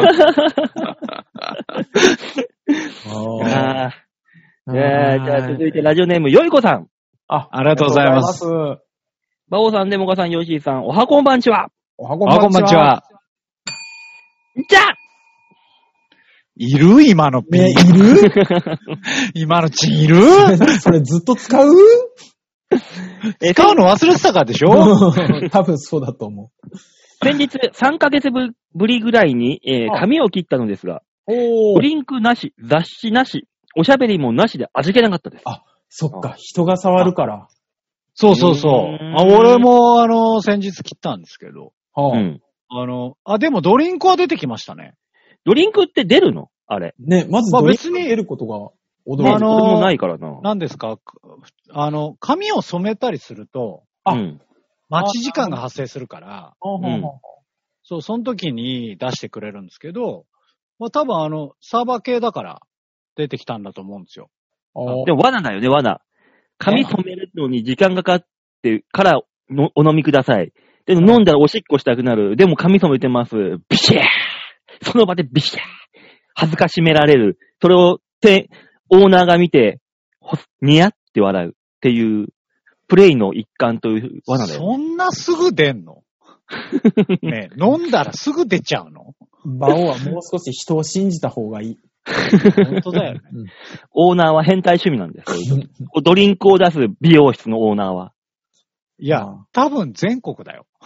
じゃあ続いてラジオネームよいこさん。 ありがとうございます。 バオさん、デモカさん、ヨッシーさん、おはこんばんちは。 おはこんばんちは。 じゃいる今のピン。 いる今のチンいるそれずっと使う使うの忘れてたからでしょ多分そうだと思う。 先日3ヶ月ぶりぐらいに、髪を切ったのですが、 ドリンクなし、雑誌なし、おしゃべりもなしで味気なかったです。 あ、そっか、人が触るから。 そうそうそう。俺も先日切ったんですけど。 うん。 でもドリンクは出てきましたね。 ドリンクって出るのあれ。 ね、まずドリンクが出ることが驚いた。 もないからな。 何ですか髪を染めたりすると、待ち時間が発生するから、そう、その時に出してくれるんですけど、まあ多分サーバー系だから出てきたんだと思うんですよ。 でも罠だよね、罠。髪染めるのに時間がかかってからお飲みください。でも飲んだらおしっこしたくなる。でも髪染めてます。ビシャーその場でビシャー恥ずかしめられる。それをオーナーが見て、ニヤって笑うっていう、プレイの一環という罠だよ、ね。 そんなすぐ出んのねえ、飲んだらすぐ出ちゃうの？ 馬王はもう少し人を信じた方がいい。 本当だよね。 オーナーは変態趣味なんですよ。ドリンクを出す美容室のオーナーは。 いや、多分全国だよ。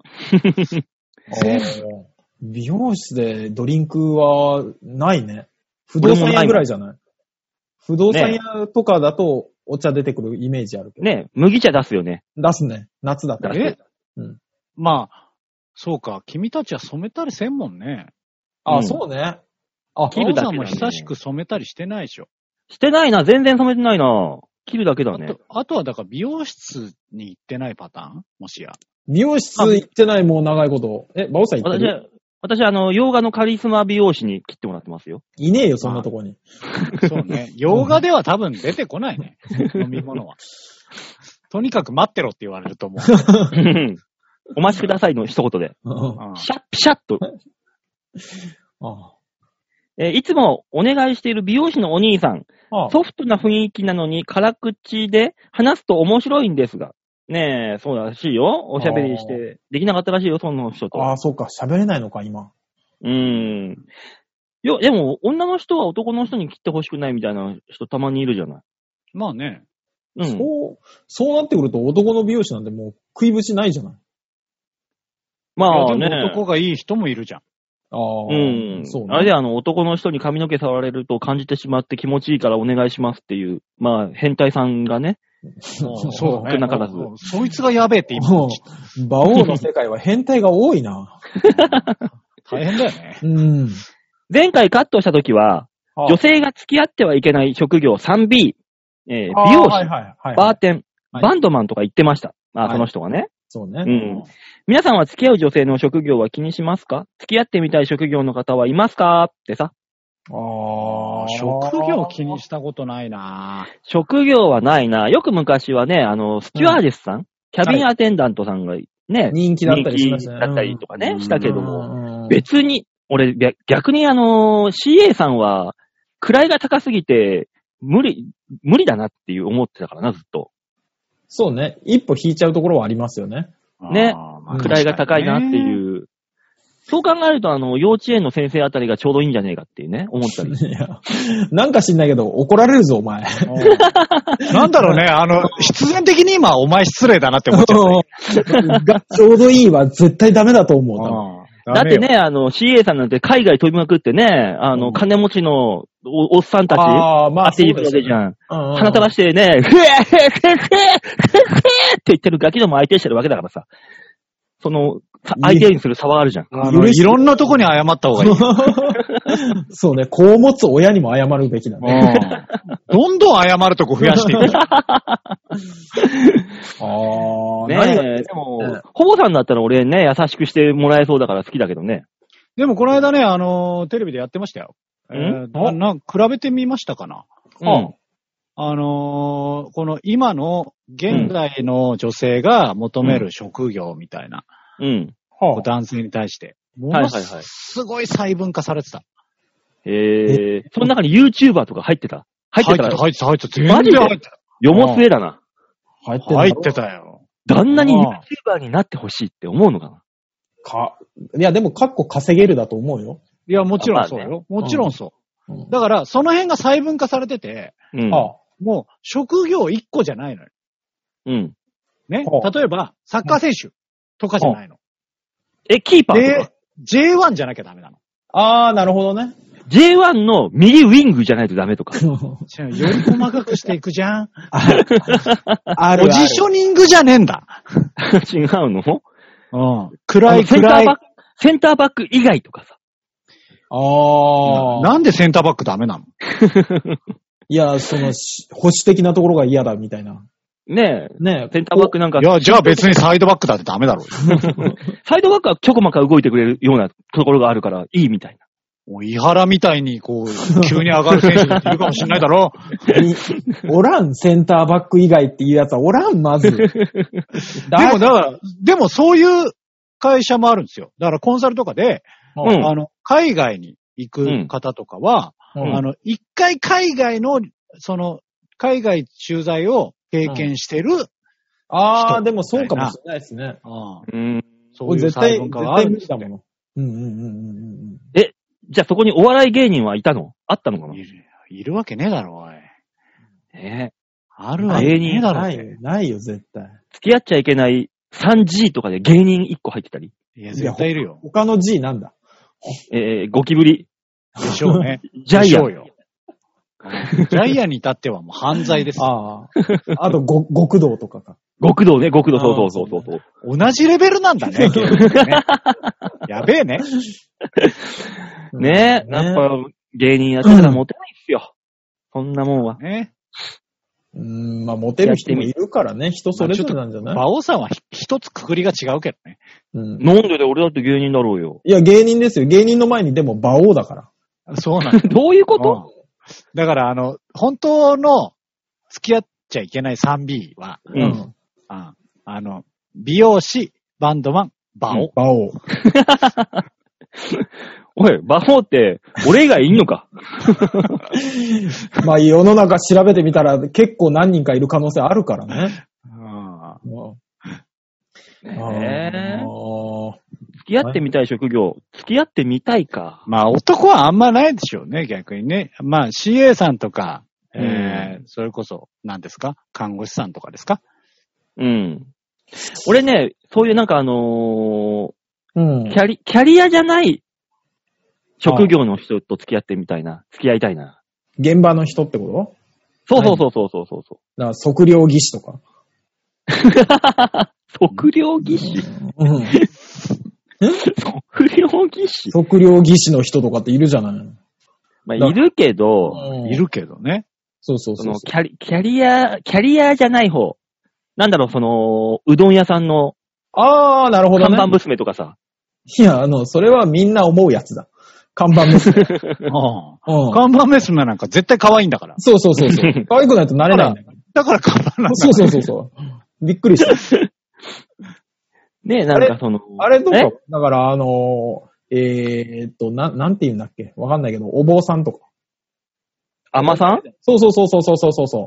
美容室でドリンクはないね。不動産屋ぐらいじゃない？不動産屋とかだとお茶出てくるイメージあるけど。 ね、麦茶出すよね。 出すね。夏だったら。 まあ、そうか。君たちは染めたりせんもんね。 そうね。 切るだけだね。さんも久しく染めたりしてないでしょ。 してないな。全然染めてないな。切るだけだね。 あとはだから美容室に行ってないパターン？もしや。 美容室行ってないもう長いこと。馬王さん行ってる？ 私洋画のカリスマ美容師に切ってもらってますよ。 いねえよ、そんなとこに。 そうね。洋画では多分出てこないね。飲み物は。とにかく待ってろって言われると思う。 お待ちくださいの一言で。ピシャッと。いつもお願いしている美容師のお兄さん。ソフトな雰囲気なのに辛口で話すと面白いんですが。ねえ、そうらしいよ。おしゃべりして。できなかったらしいよ、その人と。 そうか。喋れないのか、今。 いや、でも、女の人は男の人に切ってほしくないみたいな人たまにいるじゃない。 まあね。 そうなってくると男の美容師なんてもう食い節ないじゃない。 まあね。 男がいい人もいるじゃん。 そうね。 あれで男の人に髪の毛触られると感じてしまって気持ちいいからお願いしますっていう、まあ、変態さんがね。 そうね。 なからず。 そいつがやべえって今。 馬王の世界は変態が多いな。 大変だよね。 前回カットしたときは、女性が付き合ってはいけない職業 3B、美容師、バーテン、バンドマンとか言ってました。その人がね。 そうね。 皆さんは付き合う女性の職業は気にしますか？付き合ってみたい職業の方はいますか？ってさ。 職業気にしたことないな。 職業はないな。よく昔はね、スチュワーデスさん、キャビンアテンダントさんがね、 人気だったりしましたね。 だったりとかね、したけども、別に、俺、逆にCA さんは、位が高すぎて、無理だなっていう思ってたからな、ずっと。 そうね。一歩引いちゃうところはありますよね。 ね。位が高いなっていう。そう考えると、幼稚園の先生あたりがちょうどいいんじゃねえかっていうね、思ったり。 いや、なんか知んないけど、怒られるぞ、お前。 なんだろうね、必然的に今、お前失礼だなって思っちゃった。 ちょうどいいは絶対ダメだと思う。 だってね、CA さんなんて海外飛びまくってね、金持ちのおっさんたち、会っているわけじゃん。鼻垂らしてね、ふえって言ってるガキども相手してるわけだからさ。相手にする差はあるじゃん。 いろんなとこに謝った方がいい。 そうね、子を持つ親にも謝るべきだね。 どんどん謝るとこ増やしていく。 ねえ、でも、ほぼさんだったら俺ね、優しくしてもらえそうだから好きだけどね。 でもこの間ね、テレビでやってましたよ。比べてみましたかな。この今の現代の女性が求める職業みたいな。男性に対して。すごい細分化されてた。 その中に YouTuber とか入ってた？ 入ってた。全然入ってた。よもすえだな。 入ってたよ。 旦那に YouTuber になってほしいって思うのかな？ いや、でも、稼げるだと思うよ。 いや、もちろんそうよ。もちろんそう。だから、その辺が細分化されてて、もう、職業1個じゃないのよ。ね。例えば、サッカー選手とかじゃないの。 キーパーとか J1 じゃなきゃダメなの。 なるほどね。 J1 の右ウィングじゃないとダメとか。 より細かくしていくじゃん。 ある。 ポジショニングじゃねえんだ。 違うの？ うん。暗い。 センターバック以外とかさ。 なんでセンターバックダメなの？ いや、保守的なところが嫌だみたいな。 ねえ。センターバックなんか。 いや、じゃあ別にサイドバックだってダメだろうよ。 サイドバックはちょこまか動いてくれるようなところがあるからいいみたいな。 もう、井原みたいに、急に上がる選手だっているかもしれないだろおらん、センターバック以外っていうやつはおらん、まず。 でもそういう会社もあるんですよ。だからコンサルとかで、海外に行く方とかは、一回海外駐在を経験してる。 でもそうかもしれないですね。 そういう細分化はあるんですよ。 じゃあそこにお笑い芸人はいたの？あったのかな？ いるわけねえだろ、おい。あるわけねえだろ。 ないよ、絶対。 付き合っちゃいけない 3G とかで芸人1個入ってたり。 いや、絶対いるよ。 他の G なんだ？ ゴキブリ。 でしょうね。 ジャイアン。 ジャイアンに至ってはもう犯罪です。 あと、極道とかか。 極道ね、極道、そう。 同じレベルなんだね、やべえね。 ねえ、やっぱ芸人やってたらモテないっすよ。そんなもんは。 ね。 まあ、モテる人もいるからね、人それぞれなんじゃない？ 馬王さんは一つくくりが違うけどね。 なんで俺だって芸人だろうよ。 いや、芸人ですよ。芸人の前にでも馬王だから。 そうなんだ。 どういうこと？ だから本当の付き合っちゃいけない 3B は、美容師、バンドマン、馬王。 馬王。 おい、馬王って、俺以外いんのか？ まあ、世の中調べてみたら結構何人かいる可能性あるからね。 付き合ってみたい職業、付き合ってみたいか。 まあ男はあんまないでしょうね、逆にね。まあ CA さんとか、それこそ、何ですか？看護師さんとかですか？ 俺ね、そういうなんかキャリアじゃない職業の人と付き合ってみたいな。付き合いたいな。 現場の人ってこと？ そう。 だから測量技師とか。 測量技師測量技師測量技師の人とかっているじゃない？ まあ、いるけどね。そう。 キャリアじゃない方。なんだろう、うどん屋さんの。 なるほどね。 看板娘とかさ。 いや、それはみんな思うやつだ。看板娘。 看板娘なんか絶対可愛いんだから。 そう。可愛くないとなれないんだから。 だから看板なんだ。 そう。びっくりした。 ねえ、なんかあれとか、だからなんて言うんだっけ？わかんないけど、お坊さんとか。 甘さん？ そう。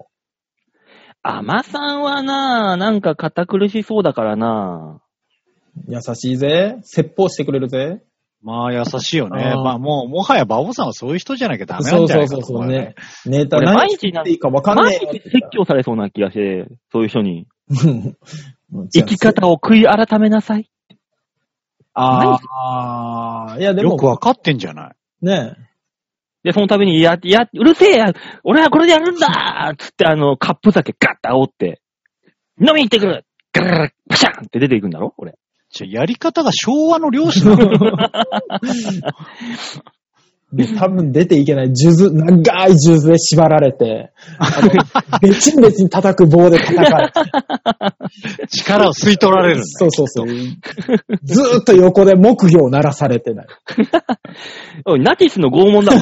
甘さんはなんか堅苦しそうだからな。 優しいぜ。説法してくれるぜ。 まあ優しいよね。まあもはや馬王さんはそういう人じゃなきゃダメなんじゃないかと思うね。 ネタ何していいか分かんない。 毎日説教されそうな気がして、そういう人に。生き方を悔い改めなさい。 いやでも。 よく分かってんじゃない。 ねえ。 で、その度に、うるせえや俺はこれでやるんだつってカップ酒ガッと煽って、飲み行ってくるガラガラパシャンって出ていくんだろ俺。 やり方が昭和の漁師なの多分出ていけない長い数珠で縛られて、別に叩く棒で叩かれて。 力を吸い取られるんだ。 そう。ずーっと横で木魚を鳴らされてない。 おい、ナチスの拷問だ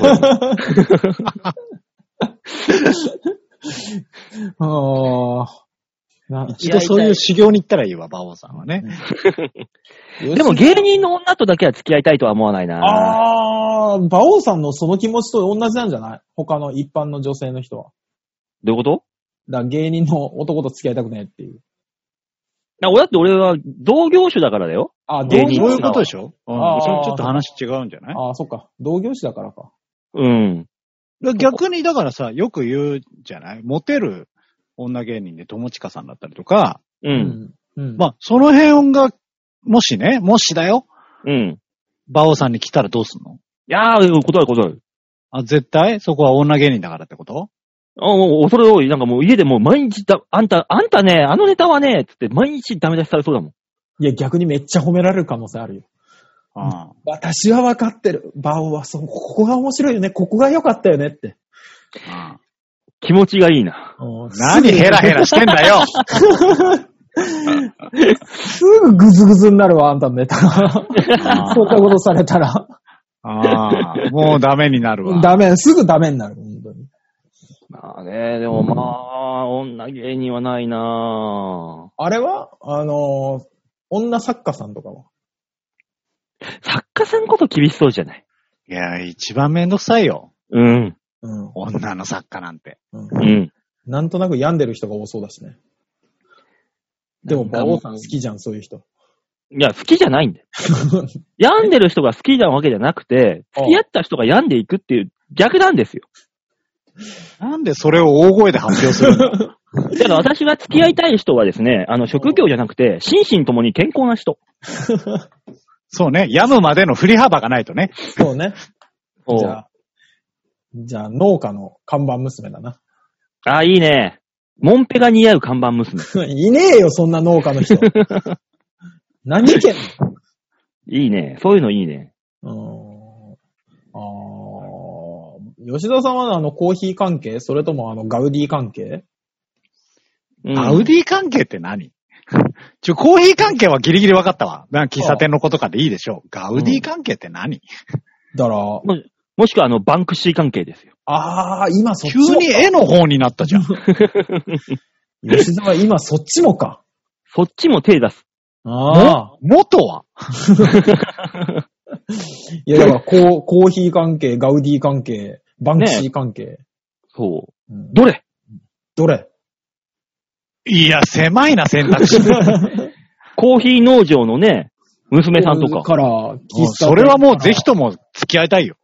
もん。 一度そういう修行に行ったらいいわ、馬王さんはね。 でも芸人の女とだけは付き合いたいとは思わないな。 馬王さんのその気持ちと同じなんじゃない？他の一般の女性の人は。 どういうこと？ だから芸人の男と付き合いたくないっていう。 俺は同業種だからだよ。 芸人。 そういうことでしょ？それちょっと話違うんじゃない？ そっか。同業種だからか。 逆にだからさ、よく言うじゃない？モテる女芸人で友近さんだったりとか、まあ、その辺が、もしだよ。馬王さんに来たらどうすんの？ いやー、断る。 あ、絶対そこは女芸人だからってこと？ それを、なんかもう家でもう毎日あんたね、あのネタはね、つって毎日ダメ出しされそうだもん。 いや、逆にめっちゃ褒められる可能性あるよ。私は分かってる。バオはここが面白いよね。ここが良かったよねって。 気持ちがいいな。 何ヘラヘラしてんだよ。 すぐグズグズになるわ、あんたのネタが。そんなことされたら。 もうダメになるわ。 すぐダメになる。本当に。 まあね、でもまあ、女芸人はないなあれは女作家さんとかは作家さんこそ厳しそうじゃない？ いや、一番めんどくさいよ。 うん。 女の作家なんて。 なんとなく病んでる人が多そうだしね。でも、馬王さん好きじゃん、そういう人。 いや、好きじゃないんだよ。病んでる人が好きなわけじゃなくて、付き合った人が病んでいくっていう逆なんですよ。 なんでそれを大声で発表するの？ だから私が付き合いたい人はですね、職業じゃなくて、心身ともに健康な人。 そうね。病むまでの振り幅がないとね。 そうね。じゃあ、農家の看板娘だな。 あ、いいね。モンペが似合う看板娘。 いねえよ、そんな農家の人。何言ってんの？ いいね。そういうのいいね。 吉田さんはコーヒー関係？それともガウディ関係？ ガウディ関係って何？コーヒー関係はギリギリ分かったわ。喫茶店の子とかでいいでしょう。ガウディ関係って何？ だから、 もしくはバンクシー関係ですよ。 今そっちも。急に絵の方になったじゃん。 吉田は今そっちもか。 そっちも手出す。 元は？ いや、だからコーヒー関係、ガウディ関係、バンクシー関係。 そう。どれ？ いや、狭いな、選択肢。 コーヒー農場のね、娘さんとか。 それはもうぜひとも付き合いたいよ。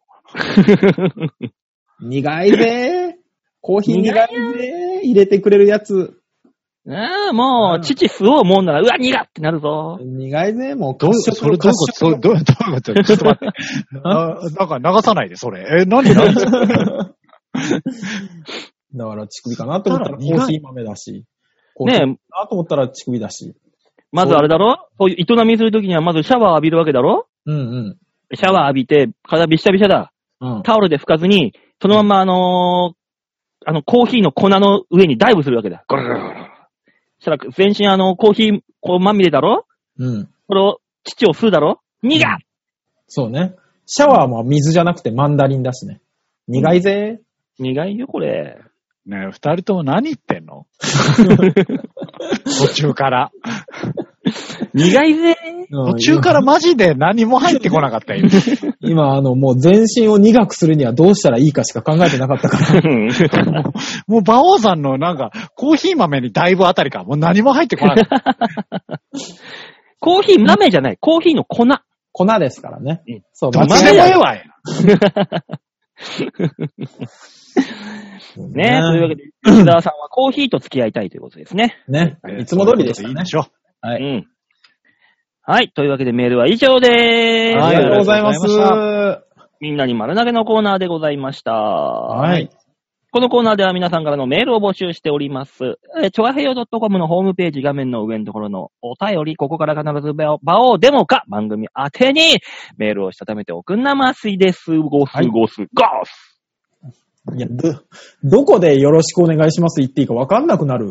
苦いぜ。コーヒー苦いぜ。入れてくれるやつ。 もう、父吸おうもんなら、うわ、苦ってなるぞ。 苦いぜ、もう。 どういうことちょっと待って。なんか流さないで、それ。何だから、乳首かなと思ったらコーヒー豆だし。ねえ。なと思ったら乳首だし。 まずあれだろ？そういう営みするときにはまずシャワー浴びるわけだろ？シャワー浴びて、体びしゃびしゃだ。タオルで拭かずに、そのままコーヒーの粉の上にダイブするわけだ。ゴロゴロゴロ。そしたら全身コーヒーまみれだろ？これを、乳を吸うだろ？苦っ！ そうね。シャワーも水じゃなくてマンダリンだしね。苦いぜ。 苦いよ、これ。 ねえ、二人とも何言ってんの？途中から。 苦いぜ。 途中からマジで何も入ってこなかったよ。 今、もう全身を苦くするにはどうしたらいいかしか考えてなかったから。 もう、馬王さんのなんか、コーヒー豆にだいぶあたりか。もう何も入ってこなかった。 コーヒー豆じゃない。コーヒーの粉。 粉ですからね。 そう、豆はえわや。 ね、というわけで、吉沢さんはコーヒーと付き合いたいということですね。 ね。いつも通りでしたね。 いいでしょ。 はい。 はい。というわけでメールは以上でーす。 ありがとうございます。 みんなに丸投げのコーナーでございました。 はい。 このコーナーでは皆さんからのメールを募集しております。ちょわへよ .com のホームページ画面の上のところのお便り、ここから必ず場をデモか番組宛てにメールをしたためておくんなますいです。ゴス。 いや、どこでよろしくお願いします言っていいか分かんなくなる。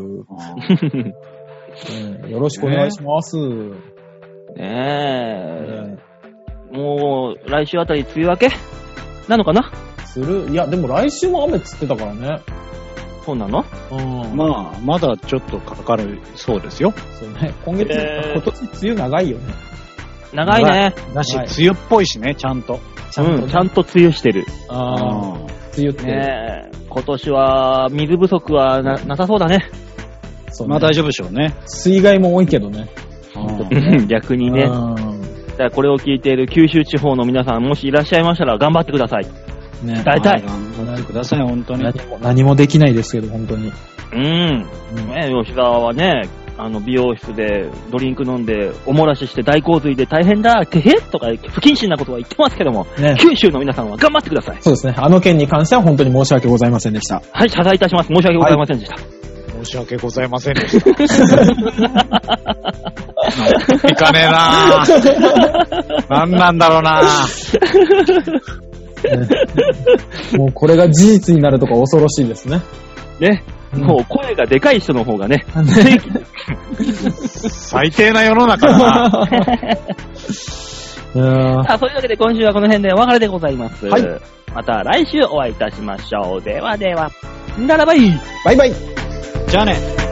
よろしくお願いします。 もう、来週あたり梅雨明けなのかな？ いや、でも来週も雨っつってたからね。 そうなの？ まあ、まだちょっとかかるそうですよ。 そうね。今年梅雨長いよね。 長いね。 だし、梅雨っぽいしね、ちゃんと。 ちゃんと梅雨してる。 梅雨って。 ね、今年は水不足はなさそうだね。 まあ大丈夫でしょうね。 水害も多いけどね。 逆にね。だからこれを聞いている九州地方の皆さん、もしいらっしゃいましたら頑張ってください。 ね、 大体。 頑張ってください、本当に。 何もできないですけど、本当に。 ね、吉沢はね、 美容室でドリンク飲んで、おもらしして大洪水で大変だ、てへとか不謹慎なことは言ってますけども、ね、九州の皆さんは頑張ってください。 そうですね。あの件に関しては本当に申し訳ございませんでした。 はい、謝罪いたします。申し訳ございませんでした。はい、 申し訳ございませんでした。いかねえなぁ。なんなんだろうなぁ。もうこれが事実になるとか恐ろしいですね。 ね。もう声がでかい人の方がね。 最低な世の中だな。 さあ、そういうわけで今週はこの辺でお別れでございます。はい。また来週お会いいたしましょう。ではでは。ならばい。 バイバイ。 じゃあね。